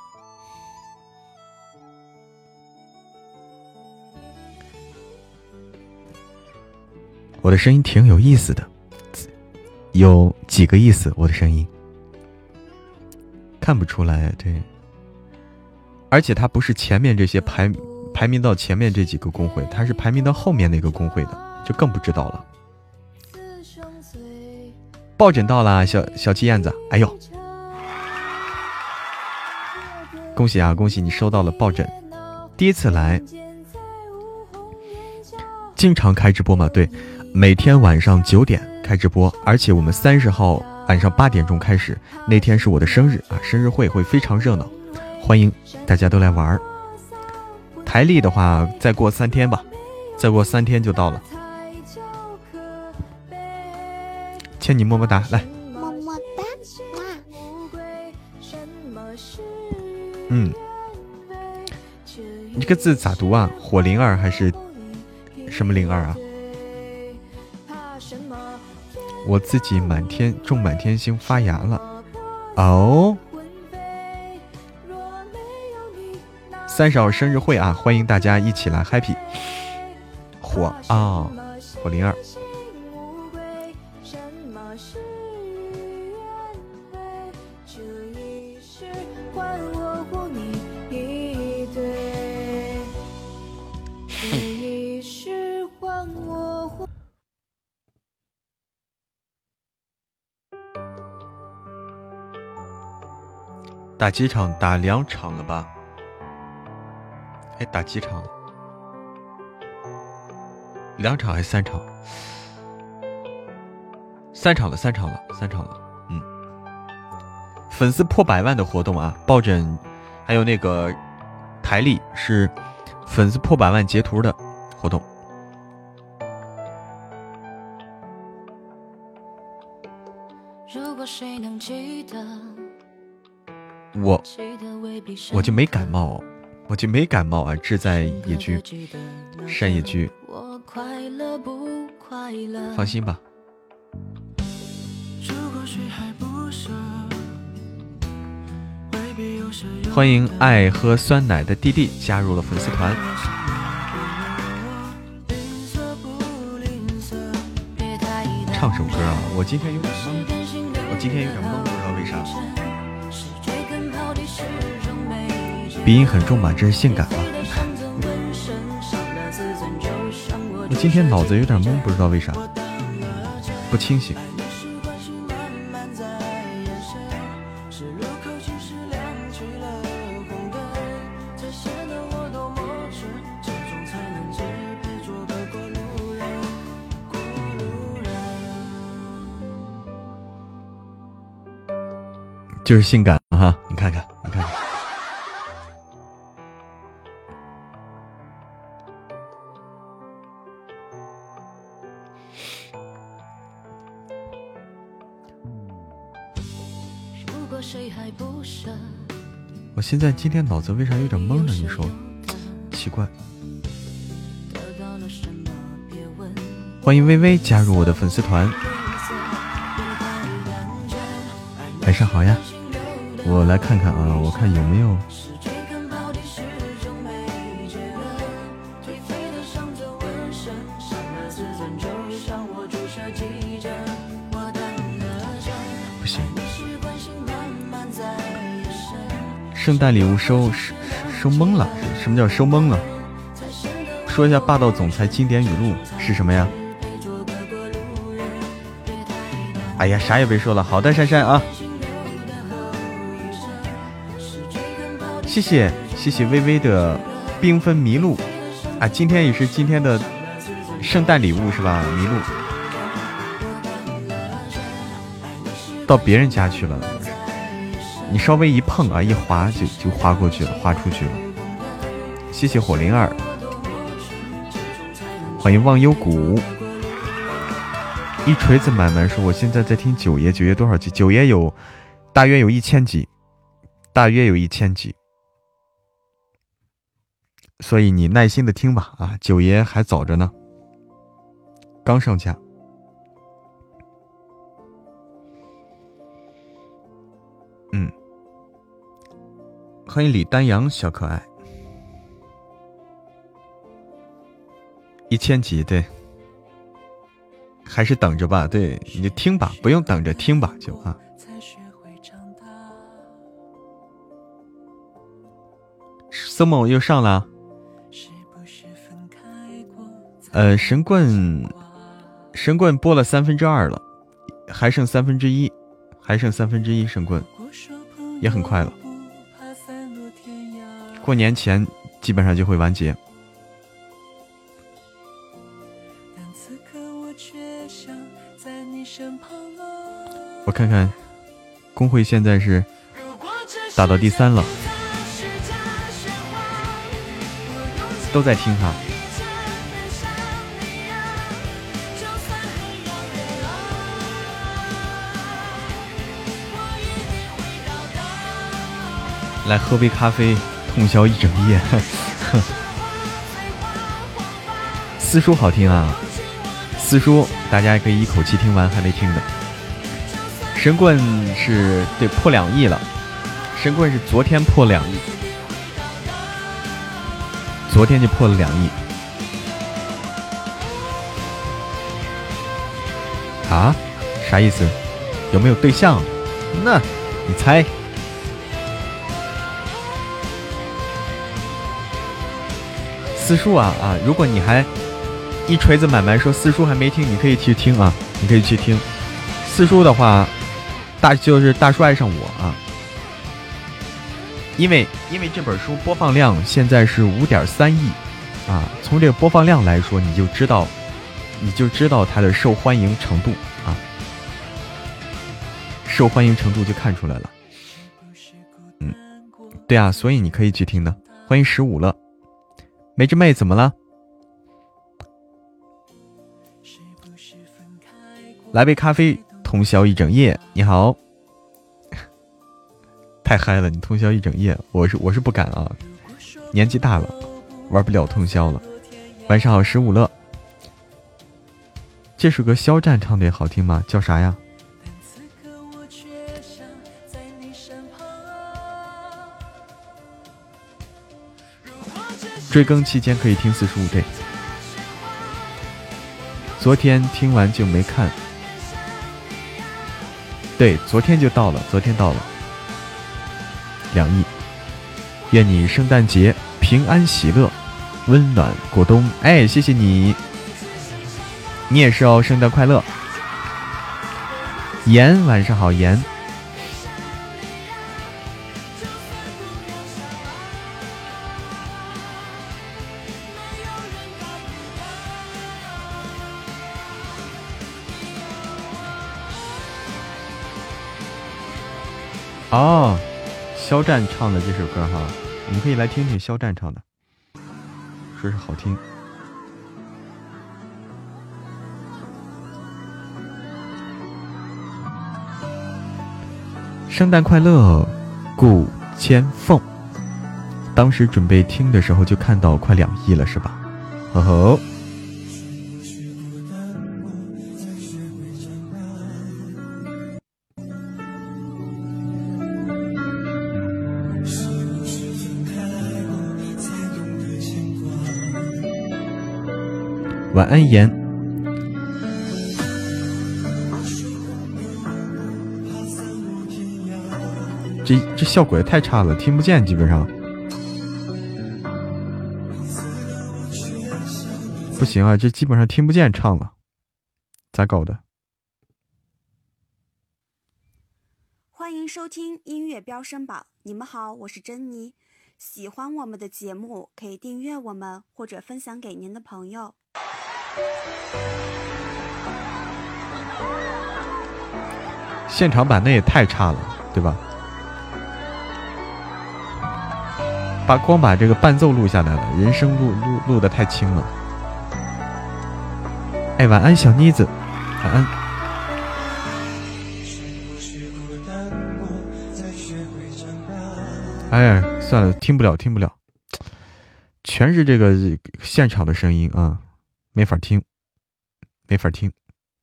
我的声音挺有意思的，有几个意思？我的声音看不出来，对。而且它不是前面这些排排名到前面这几个工会，它是排名到后面那个工会的，就更不知道了。抱枕到了，小小气燕子，哎呦，恭喜啊，恭喜你收到了抱枕，第一次来，经常开直播吗？对。每天晚上九点开直播，而且我们三十号晚上八点钟开始，那天是我的生日啊，生日会会非常热闹，欢迎大家都来玩。台历的话，再过三天吧，再过三天就到了。欠你么么哒，来， 么么哒， 嗯，你这个字咋读啊？火灵儿还是什么灵儿啊？我自己满天种满天星发芽了哦，三十号生日会啊，欢迎大家一起来 happy。 火啊、哦，火灵儿，打几场？打两场了吧？哎，打几场？两场还是三场？三场了，三场了，三场了。嗯，粉丝破百万的活动啊，抱枕还有那个台历是粉丝破百万截图的活动。如果谁能记得。我我就没感冒，我就没感冒啊！志在野居，山野居，放心吧。欢迎爱喝酸奶的弟弟加入了粉丝团。唱首歌啊！我今天有点懵，我今天有点懵，不知道为啥。鼻音很重吧？真是性感啊！我今天脑子有点懵，不知道为啥，不清醒。就是性感啊！你看看，你看看。我现在今天脑子为啥有点懵呢？你说，奇怪。欢迎微微加入我的粉丝团，晚上好呀。 我来看看啊，我看有没有。不行。圣诞礼物收收收懵了，什么叫收懵了？说一下霸道总裁经典语录是什么呀？哎呀，啥也别说了。好的，珊珊啊，谢谢谢谢微微的缤纷麋鹿啊，今天也是今天的圣诞礼物是吧？麋鹿到别人家去了，你稍微一碰啊，一滑就就滑过去了，滑出去了。谢谢火灵儿，欢迎忘忧谷。一锤子满满说，我现在在听九爷，九爷多少集？九爷有大约有一千集，大约有一千集，所以你耐心的听吧啊，九爷还早着呢，刚上架。嗯，欢迎李丹阳小可爱，一千集对。还是等着吧，对，你就听吧，不用等着，听吧就啊。森某又上了，呃，神棍，神棍播了三分之二了，还剩三分之一，还剩三分之一，神棍也很快了，过年前基本上就会完结。我看看工会现在是打到第三了，都在听哈。来喝杯咖啡，通宵一整夜。四叔好听啊，四叔大家也可以一口气听完，还没听的。神棍是对破两亿了，神棍是昨天破两亿，昨天就破了两亿。啊？啥意思？有没有对象？那你猜？四叔啊啊！如果你还一锤子买卖说四叔还没听，你可以去听啊，你可以去听。四叔的话。大就是大叔爱上我啊，因为因为这本书播放量现在是五点三亿啊，从这个播放量来说，你就知道你就知道它的受欢迎程度啊，受欢迎程度就看出来了。嗯，对啊，所以你可以去听的。欢迎十五了，梅之妹怎么了？来杯咖啡。通宵一整夜，你好，太嗨了！你通宵一整夜，我是我是不敢啊，年纪大了，玩不了通宵了。晚上好，十五乐。这首歌肖战唱的也好听吗？叫啥呀？追更期间可以听四十五对。昨天听完就没看。对，昨天就到了，昨天到了两亿。愿你圣诞节平安喜乐，温暖过冬。哎，谢谢你，你也是哦，圣诞快乐。妍，晚上好，妍。哦，肖战唱的这首歌哈，我们可以来听听肖战唱的，说是好听。圣诞快乐，顾千凤。当时准备听的时候就看到快两亿了，是吧？呵呵。 晚安言。这这效果也太差了，听不见，基本上不行啊，这基本上听不见唱了，咋搞的？ 欢迎收听音乐飙升榜，你们好，我是珍妮。喜欢我们的节目，可以订阅我们或者分享给您的朋友。 现场版那也太差了，对吧？把光把这个伴奏录下来了，人声录录录的太轻了。哎，晚安小妮子，晚安。哎呀，算了，听不了，听不了，全是这个现场的声音啊，没法听，没法听，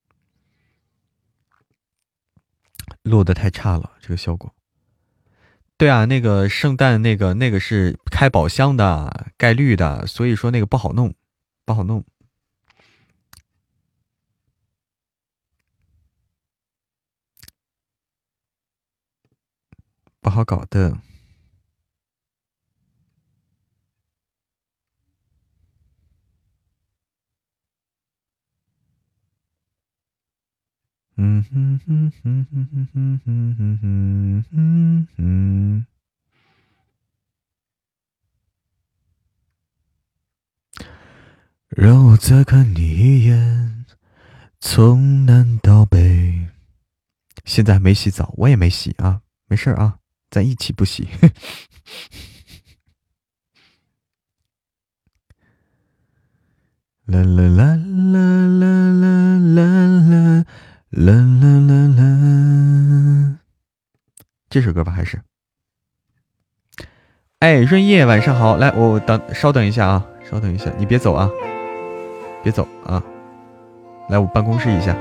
录的太差了，这个效果。对啊，那个圣诞那个那个是开宝箱的概率的，所以说那个不好弄，不好弄，不好搞的。嗯哼哼哼哼哼哼哼哼哼哼。让我再看你一眼，从南到北。现在还没洗澡，我也没洗啊，没事啊，咱一起不洗。啦啦啦啦啦啦啦啦啦啦啦，这首歌吧还是？哎，润叶晚上好，来，我等稍等一下啊，稍等一下，你别走啊，别走啊，来我办公室一下。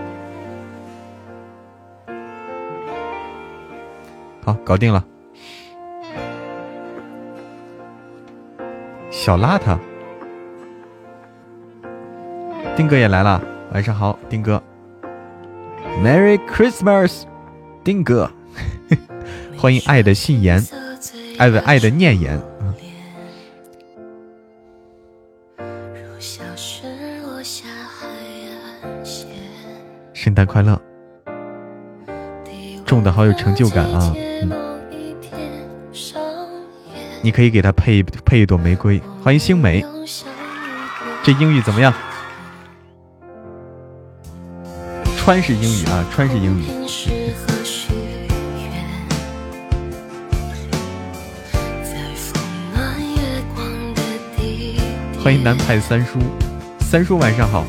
好，搞定了。小邋遢，丁哥也来了，晚上好，丁哥。Merry Christmas， 丁哥，欢迎爱的信言，爱的爱的念言。圣诞快乐，中的好有成就感啊！嗯，你可以给他配配一朵玫瑰。欢迎星美，这英语怎么样？川式英语啊，川式英语。欢迎南派三叔，三叔晚上好。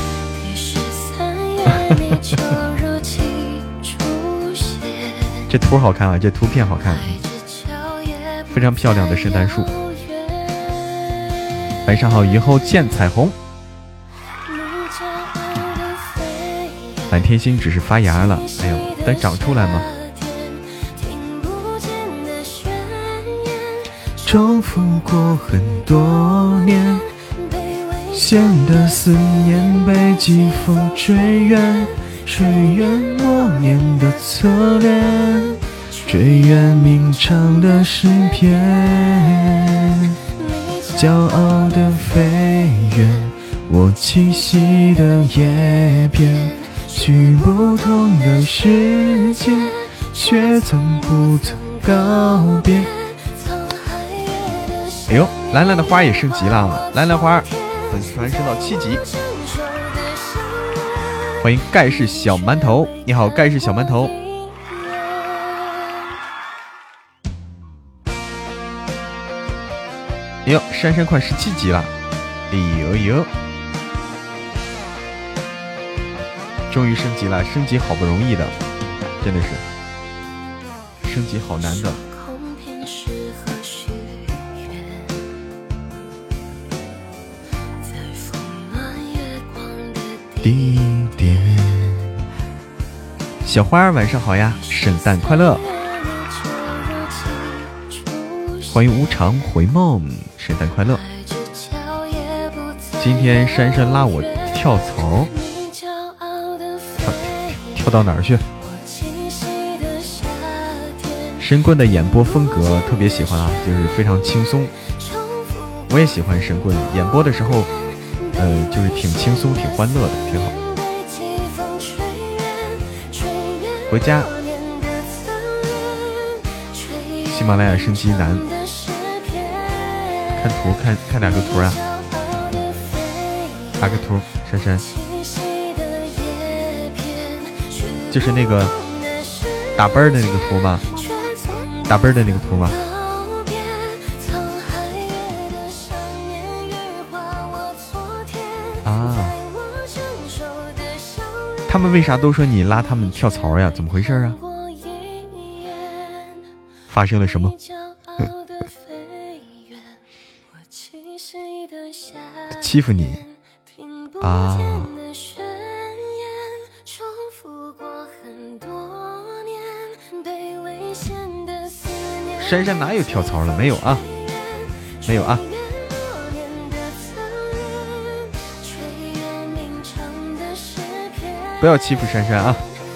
这图好看啊，这图片好看，非常漂亮的圣诞树。晚上好，以后见彩虹。满天星只是发芽了，哎呦，等长出来吗？重复过很多年，显得思念被季风吹远，吹远默念的侧脸，追远鸣唱的诗篇，骄傲的飞远，我栖息的叶片，去不同的世界，却从不曾告别。哎呦，蓝蓝的花也升级了，蓝蓝花粉丝团升到七级。欢迎盖世小馒头，你好，盖世小馒头。哎呦，珊珊快十七级了，哎呦呦，终于升级了，升级好不容易的，真的是升级好难的。地点，小花儿晚上好呀，圣诞快乐！欢迎无常回梦，圣诞快乐！今天珊珊拉我跳槽，跳跳到哪儿去？神棍的演播风格特别喜欢啊，就是非常轻松。我也喜欢神棍演播的时候，呃，就是挺轻松、挺欢乐的，挺好。回家，喜马拉雅升级难，看图，看看哪个图啊？哪个图？珊珊，就是那个打奔儿的那个图吗？打奔儿的那个图吗？啊！他们为啥都说你拉他们跳槽呀？怎么回事啊？发生了什么？欺负你啊！珊珊哪有跳槽了？没有啊，没有啊。不要欺负珊珊啊！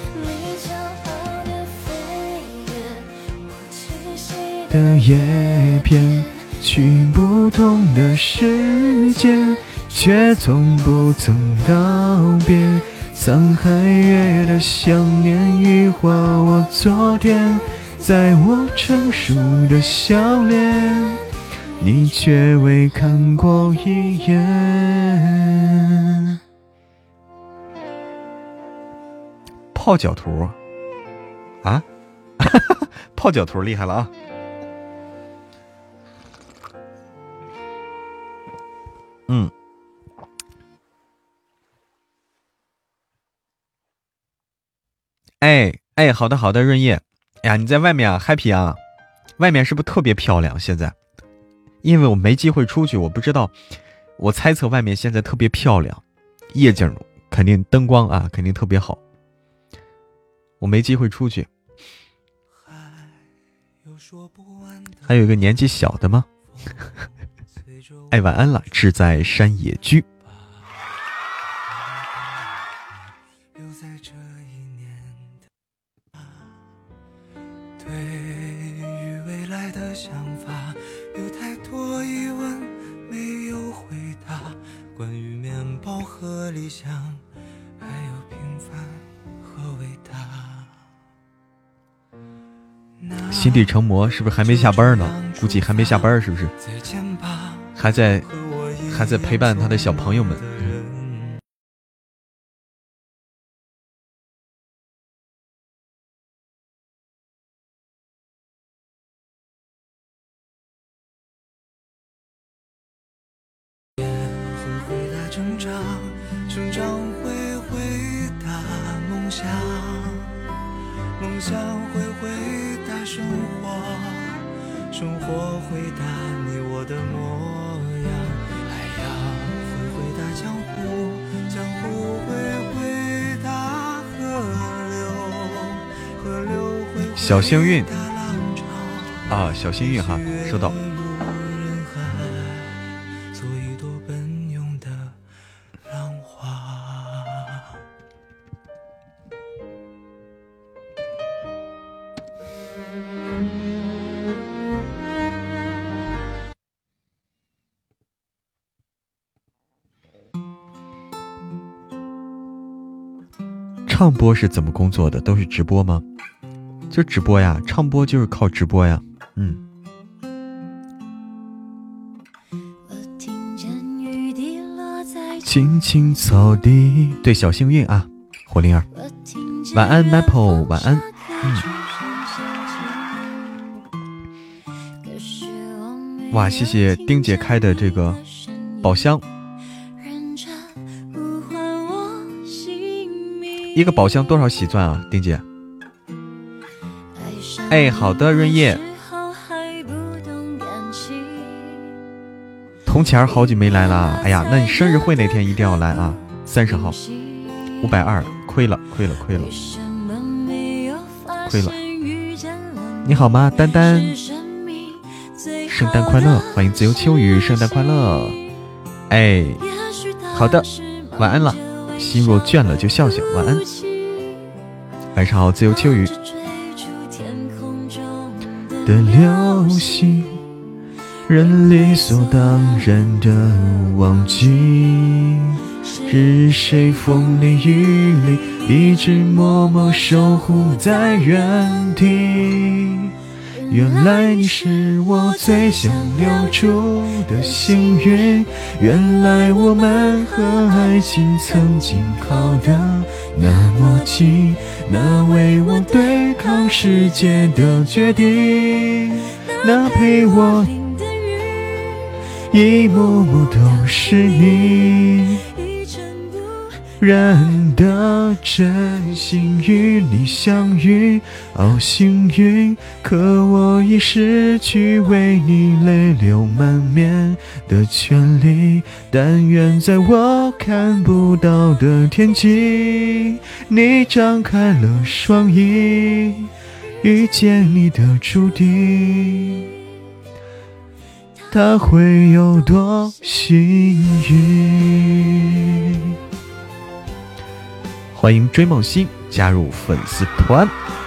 的叶片，去不同的世界，却从不曾告别。沧海月的想念羽化我昨天，在我成熟的笑脸，你却未看过一眼。泡脚图啊，泡脚图厉害了啊！嗯，哎哎，好的好的，润叶，哎呀，你在外面啊 ，happy 啊，外面是不是特别漂亮？现在，因为我没机会出去，我不知道，我猜测外面现在特别漂亮，夜景肯定灯光啊，肯定特别好。我没机会出去，还有一个年纪小的吗？哎，晚安了，志在山野居。对于未来的想法，有太多疑问没有回答，关于面包和理想，还有平凡和伟大。心地成魔是不是还没下班呢？估计还没下班，是不是？还在还在陪伴他的小朋友们。成长，成长会回答梦想，梦想会回答生活，生活回答你我的模样，海洋会回答江湖，江湖会回答河流，河流会回答小幸运啊，小幸运哈，收到。唱播是怎么工作的？都是直播吗？就直播呀，唱播就是靠直播呀。嗯。青青草地，对，小幸运啊，火灵儿，晚安 Maple， 晚安。嗯。哇，谢谢丁姐开的这个宝箱。一个宝箱多少喜钻啊，丁姐？哎，好的，润叶。铜钱好久没来了，哎呀，那你生日会那天一定要来啊！三十号，五百二，亏了，亏了，亏了，亏了。你好吗，丹丹？圣诞快乐，欢迎自由秋雨，圣诞快乐。哎，好的， 晚安了，心若倦了就笑笑，晚安。晚上好，自由秋雨的流星，人理所当然的忘记，是谁风里雨里一直默默守护在原地。原来你是我最想留住的幸运，原来我们和爱情曾经靠得那么近，那为我对抗世界的决定，那陪我一幕幕都是你，人的真心与你相遇，好幸运，可我已失去为你泪流满面的权利。但愿在我看不到的天际，你张开了双翼，遇见你的注定，他会有多幸运。欢迎追梦星加入粉丝团。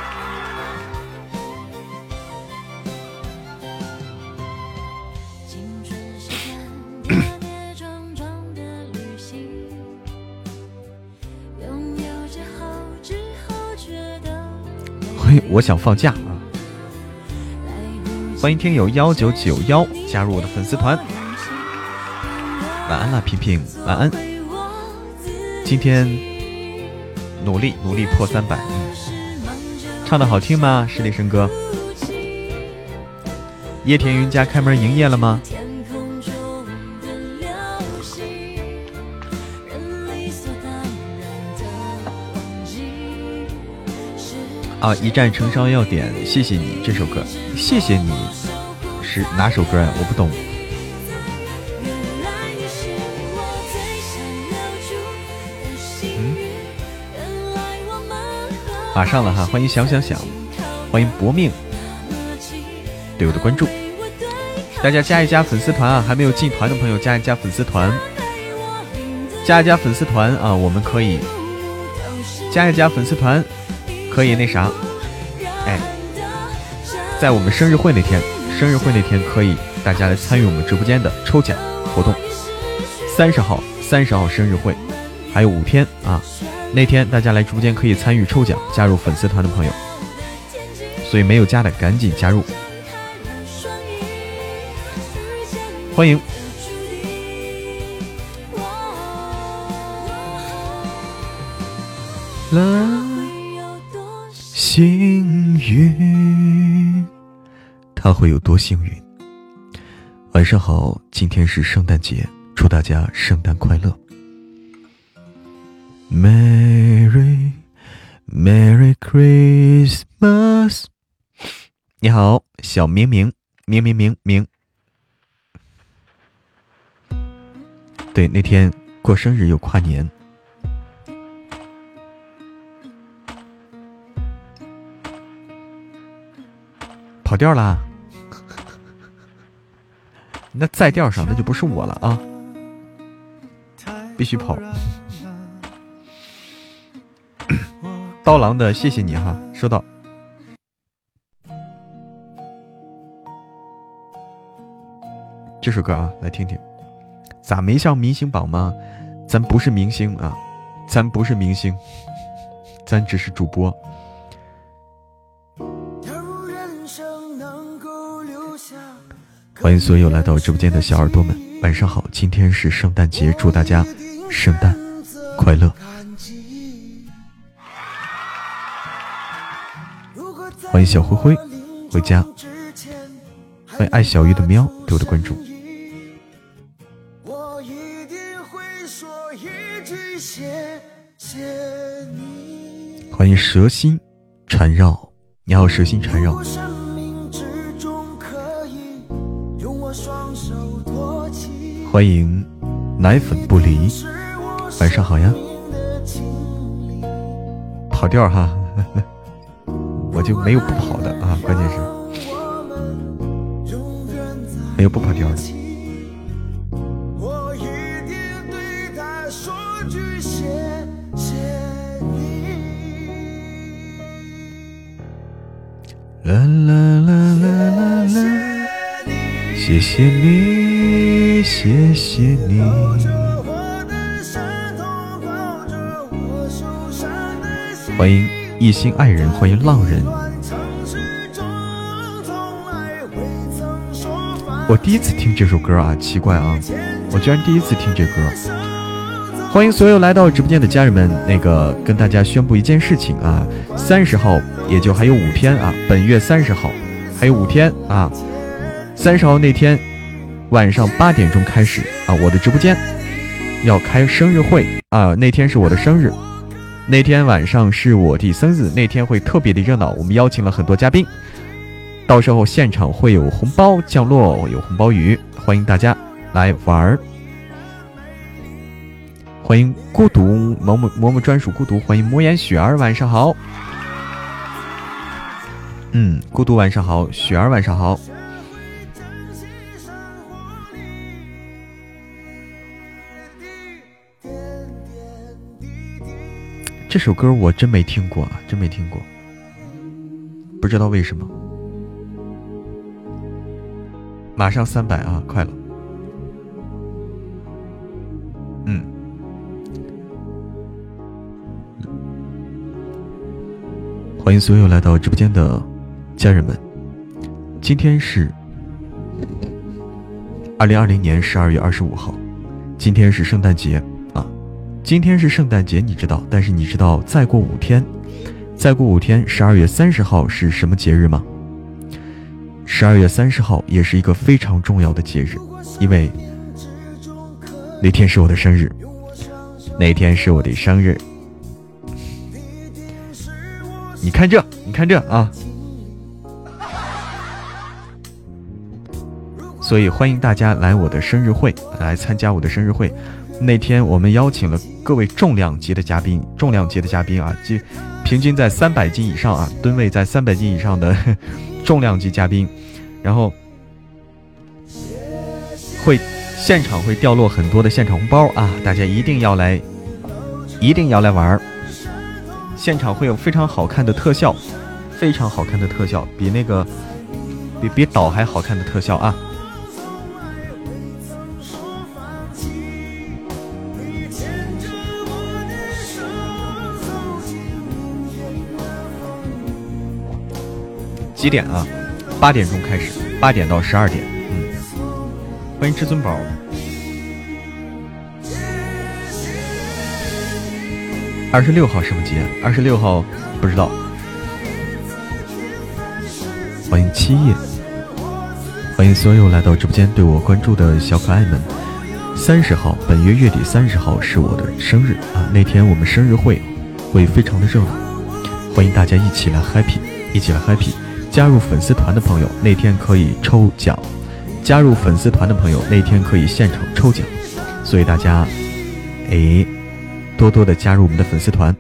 我想放假啊！欢迎听友幺九九幺加入我的粉丝团。晚安了，平平，晚安。今天努力努力破三百，嗯，唱的好听吗？十里笙歌。叶田云家开门营业了吗？啊！一战成伤要点，谢谢你这首歌，谢谢你是哪首歌呀？我不懂。嗯，马上了哈！欢迎想想想，欢迎搏命对我的关注，大家加一加粉丝团啊！还没有进团的朋友加一加粉丝团，加一加粉丝团啊！我们可以加一加粉丝团。可以那啥，哎，在我们生日会那天，生日会那天可以大家来参与我们直播间的抽奖活动。三十号，三十号生日会，还有五天啊！那天大家来直播间可以参与抽奖，加入粉丝团的朋友，所以没有加的赶紧加入。欢迎。啦。幸运，他会有多幸运？晚上好，今天是圣诞节，祝大家圣诞快乐。Merry Merry Christmas。你好，小明明明明明明。对，那天过生日又跨年。跑调啦，那在调上那就不是我了啊，必须跑。刀郎的谢谢你哈，收到。这首歌啊，来听听。咋没上明星榜吗？咱不是明星啊，咱不是明星，咱只是主播。欢迎所有来到直播间的小耳朵们，晚上好！今天是圣诞节，祝大家圣诞快乐！欢迎小灰灰回家，欢迎爱小鱼的喵对我的关注。欢迎蛇心缠绕，你好，蛇心缠绕。欢迎奶粉不离，晚上好呀！跑调哈，我就没有不跑的啊，关键是没有不跑调的。 谢谢你，谢谢你。欢迎一心爱人，欢迎浪人。我第一次听这首歌啊，奇怪啊，我居然第一次听这歌。欢迎所有来到直播间的家人们，那个跟大家宣布一件事情啊，三十号也就还有五天啊，本月三十号还有五天啊，三十号那天晚上八点钟开始啊，我的直播间要开生日会啊，那天是我的生日，那天晚上是我的生日，那天会特别的热闹，我们邀请了很多嘉宾。到时候现场会有红包降落，有红包雨，欢迎大家来玩儿。欢迎孤独嬷嬷嬷嬷专属孤独，欢迎魔岩雪儿，晚上好。嗯，孤独晚上好，雪儿晚上好。这首歌我真没听过啊，真没听过，不知道为什么。马上三百啊，快了。嗯，欢迎所有来到直播间的家人们。今天是二零二零年十二月二十五号，今天是圣诞节啊！今天是圣诞节，你知道？但是你知道，再过五天，再过五天，十二月三十号是什么节日吗？十二月三十号也是一个非常重要的节日，因为那天是我的生日，那天是我的生日。你看这，你看这啊！所以欢迎大家来我的生日会，来参加我的生日会。那天我们邀请了各位重量级的嘉宾，重量级的嘉宾啊，即平均在三百斤以上啊，吨位在三百斤以上的重量级嘉宾，然后会现场会掉落很多的现场红包啊，大家一定要来，一定要来玩。现场会有非常好看的特效，非常好看的特效，比那个比比岛还好看的特效啊！几点啊？八点钟开始，八点到十二点。嗯，欢迎至尊宝。二十六号什么节？二十六号不知道。欢迎七叶，欢迎所有来到直播间对我关注的小可爱们。三十号，本月月底三十号是我的生日啊！那天我们生日会会非常的热闹，欢迎大家一起来 happy， 一起来 happy。加入粉丝团的朋友那天可以抽奖，加入粉丝团的朋友那天可以现场抽奖，所以大家哎多多的加入我们的粉丝团。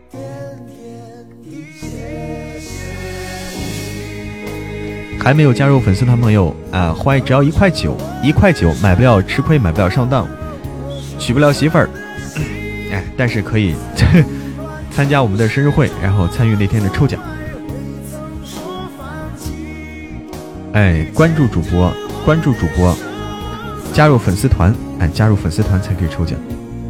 还没有加入粉丝团朋友啊，欢迎，只要一块九，一块九买不了吃亏，买不了上当，娶不了媳妇儿，哎，但是可以参加我们的生日会，然后参与那天的抽奖。哎，关注主播，关注主播，加入粉丝团，哎，加入粉丝团才可以抽奖。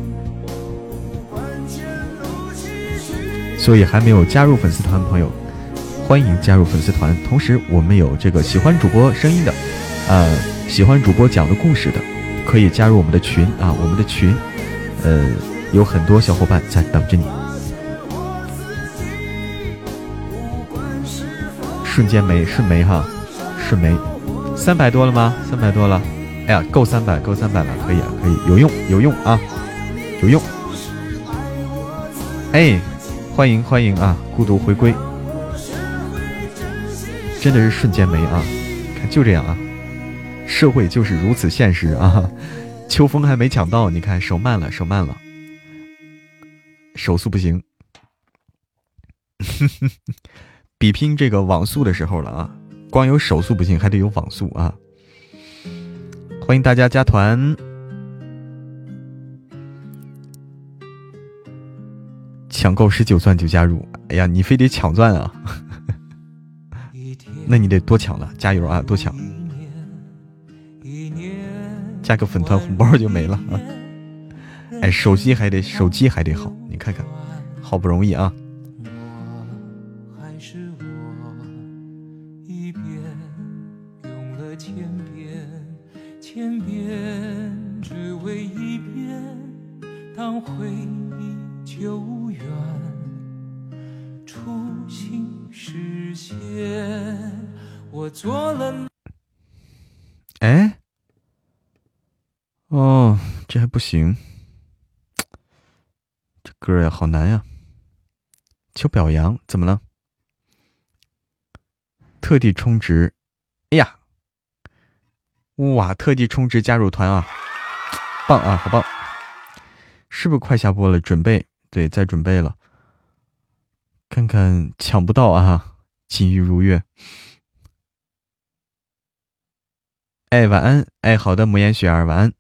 所以还没有加入粉丝团的朋友，欢迎加入粉丝团。同时，我们有这个喜欢主播声音的，呃，喜欢主播讲的故事的，可以加入我们的群啊，我们的群，呃，有很多小伙伴在等着你。瞬间没，瞬没哈。是没三百多了吗？三百多了，哎呀，够三百，够三百了，可以啊，可以，有用，有用啊，有用。哎，欢迎欢迎啊，孤独回归，真的是瞬间没啊，看就这样啊，社会就是如此现实啊。秋风还没抢到，你看手慢了，手慢了，手速不行，比拼这个网速的时候了啊。光有手速不行，还得有网速啊！欢迎大家加团，抢够十九钻就加入。哎呀，你非得抢钻啊？那你得多抢了，加油啊，多抢！ 加个粉团红包就没了啊！哎，手机还得手机还得好，你看看，好不容易啊！千遍只为一遍，当回忆久远，初心实现，我做了。哎，哦，这还不行，这歌呀好难呀！求表扬，怎么了？特地充值，哎呀！哇！特地充值加入团啊，棒啊，好棒！是不是快下播了？准备，对，在准备了。看看抢不到啊，金玉如月。哎，晚安！哎，好的，母颜雪儿，晚安。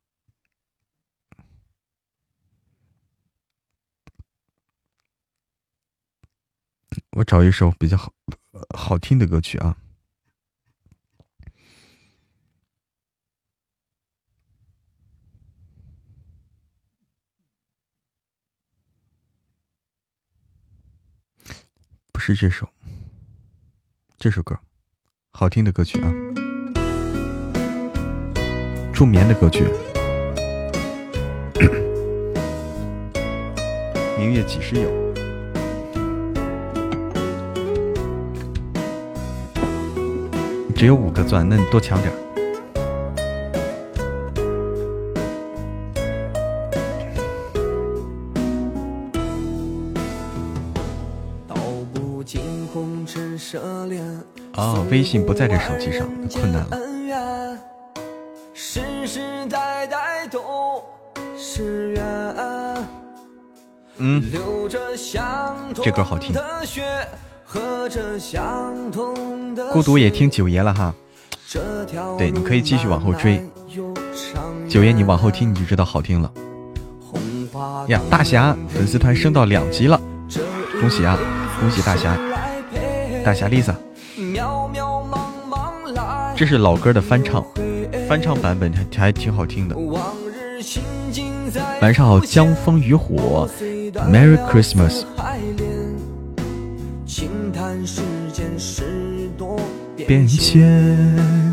我找一首比较好好听的歌曲啊。不是这首，这首歌，好听的歌曲啊，助眠的歌曲。明月几时有？只有五个钻，那你多抢点。哦，微信不在这手机上，困难了。世世代代都是缘。嗯，这歌好听。孤独也听九爷了哈。对，你可以继续往后追。九爷，你往后听你就知道好听了。呀，大侠粉丝团升到两级了，恭喜啊！恭喜大侠，大侠 Lisa。这是老歌的翻唱，翻唱版本还还挺好听的。晚上好，江枫渔火 ，Merry Christmas。变迁，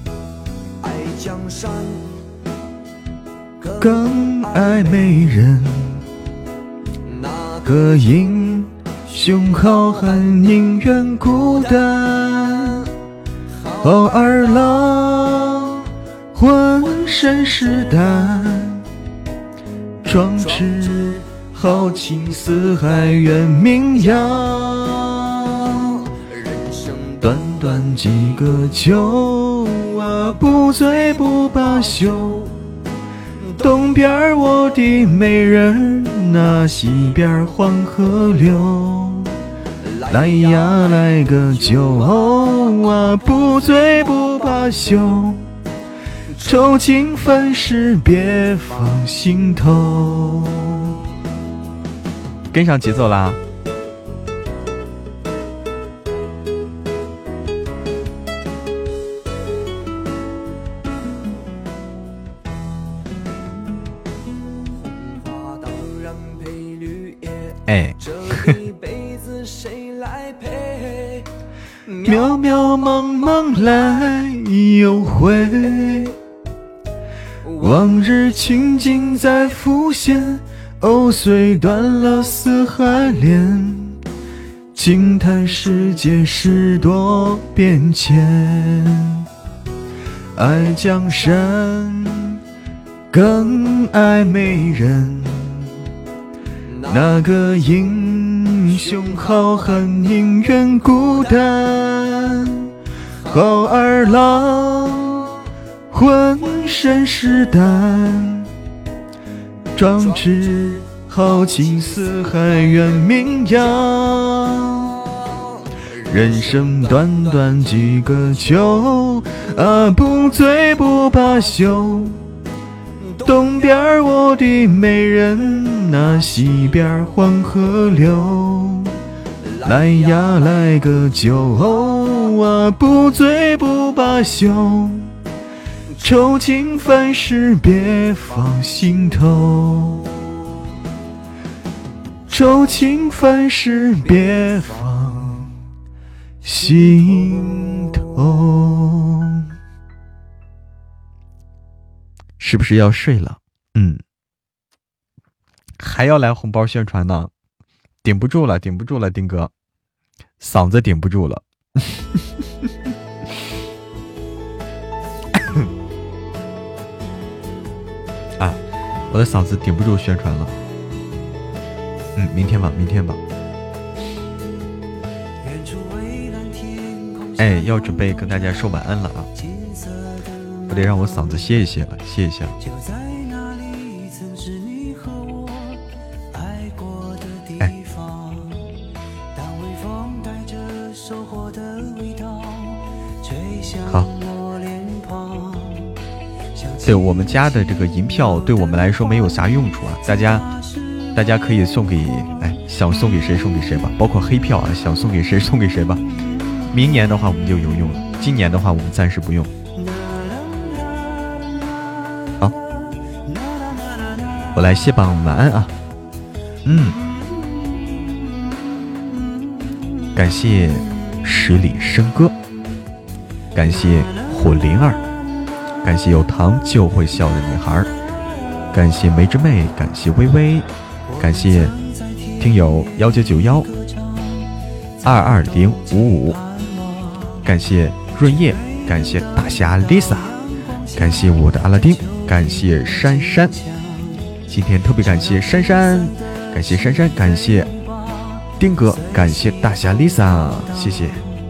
更爱美人，那个英雄好汉宁愿孤单。好儿郎浑身是胆，壮志豪情四海远名扬。短短几个秋啊，不醉不罢休。东边我的美人，那西边黄河流。来呀来个酒啊，不醉不罢休。愁情烦事别放心头。跟上节奏啦！哎，渺渺茫茫来又回，往日情景再浮现。藕虽断了丝还连，惊叹世界事多变迁。爱江山，更爱美人，那个英雄好汉宁愿孤单。好儿郎浑身是胆，壮志豪情四海远名扬。人生短短几个秋啊，不醉不罢休。东边我的美人，那西边黄河流。来呀来个酒啊，不醉不罢休。 愁情烦事别放心头，愁情烦事别放心头。是不是要睡了？嗯，还要来红包宣传呢，顶不住了，顶不住了，丁哥，嗓子顶不住了。啊，我的嗓子顶不住宣传了。嗯，明天吧，明天吧。哎，要准备跟大家说晚安了啊！我得让我嗓子歇一歇了，歇一歇了。哎，好。对我们家的这个银票，对我们来说没有啥用处啊，大家。大家可以送给，哎，想送给谁送给谁吧，包括黑票啊，想送给谁送给谁吧。明年的话我们就有用了，今年的话我们暂时不用。好，我来谢榜晚安啊。嗯，感谢十里笙歌，感谢火灵儿，感谢有糖就会笑的女孩，感谢梅之妹，感谢微微。感谢听友幺九九幺二二零五五，感谢润叶，感谢大侠 Lisa， 感谢我的阿拉丁，感谢珊珊，今天特别感谢珊珊，感谢珊珊，感谢丁哥，感谢大侠 Lisa， 谢谢。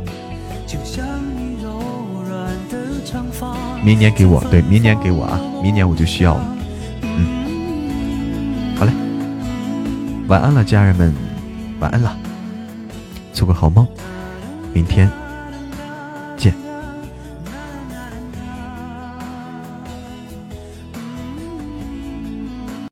明年给我，对，明年给我啊，明年我就需要了。嗯，好嘞。晚安了，家人们，晚安了，做个好梦，明天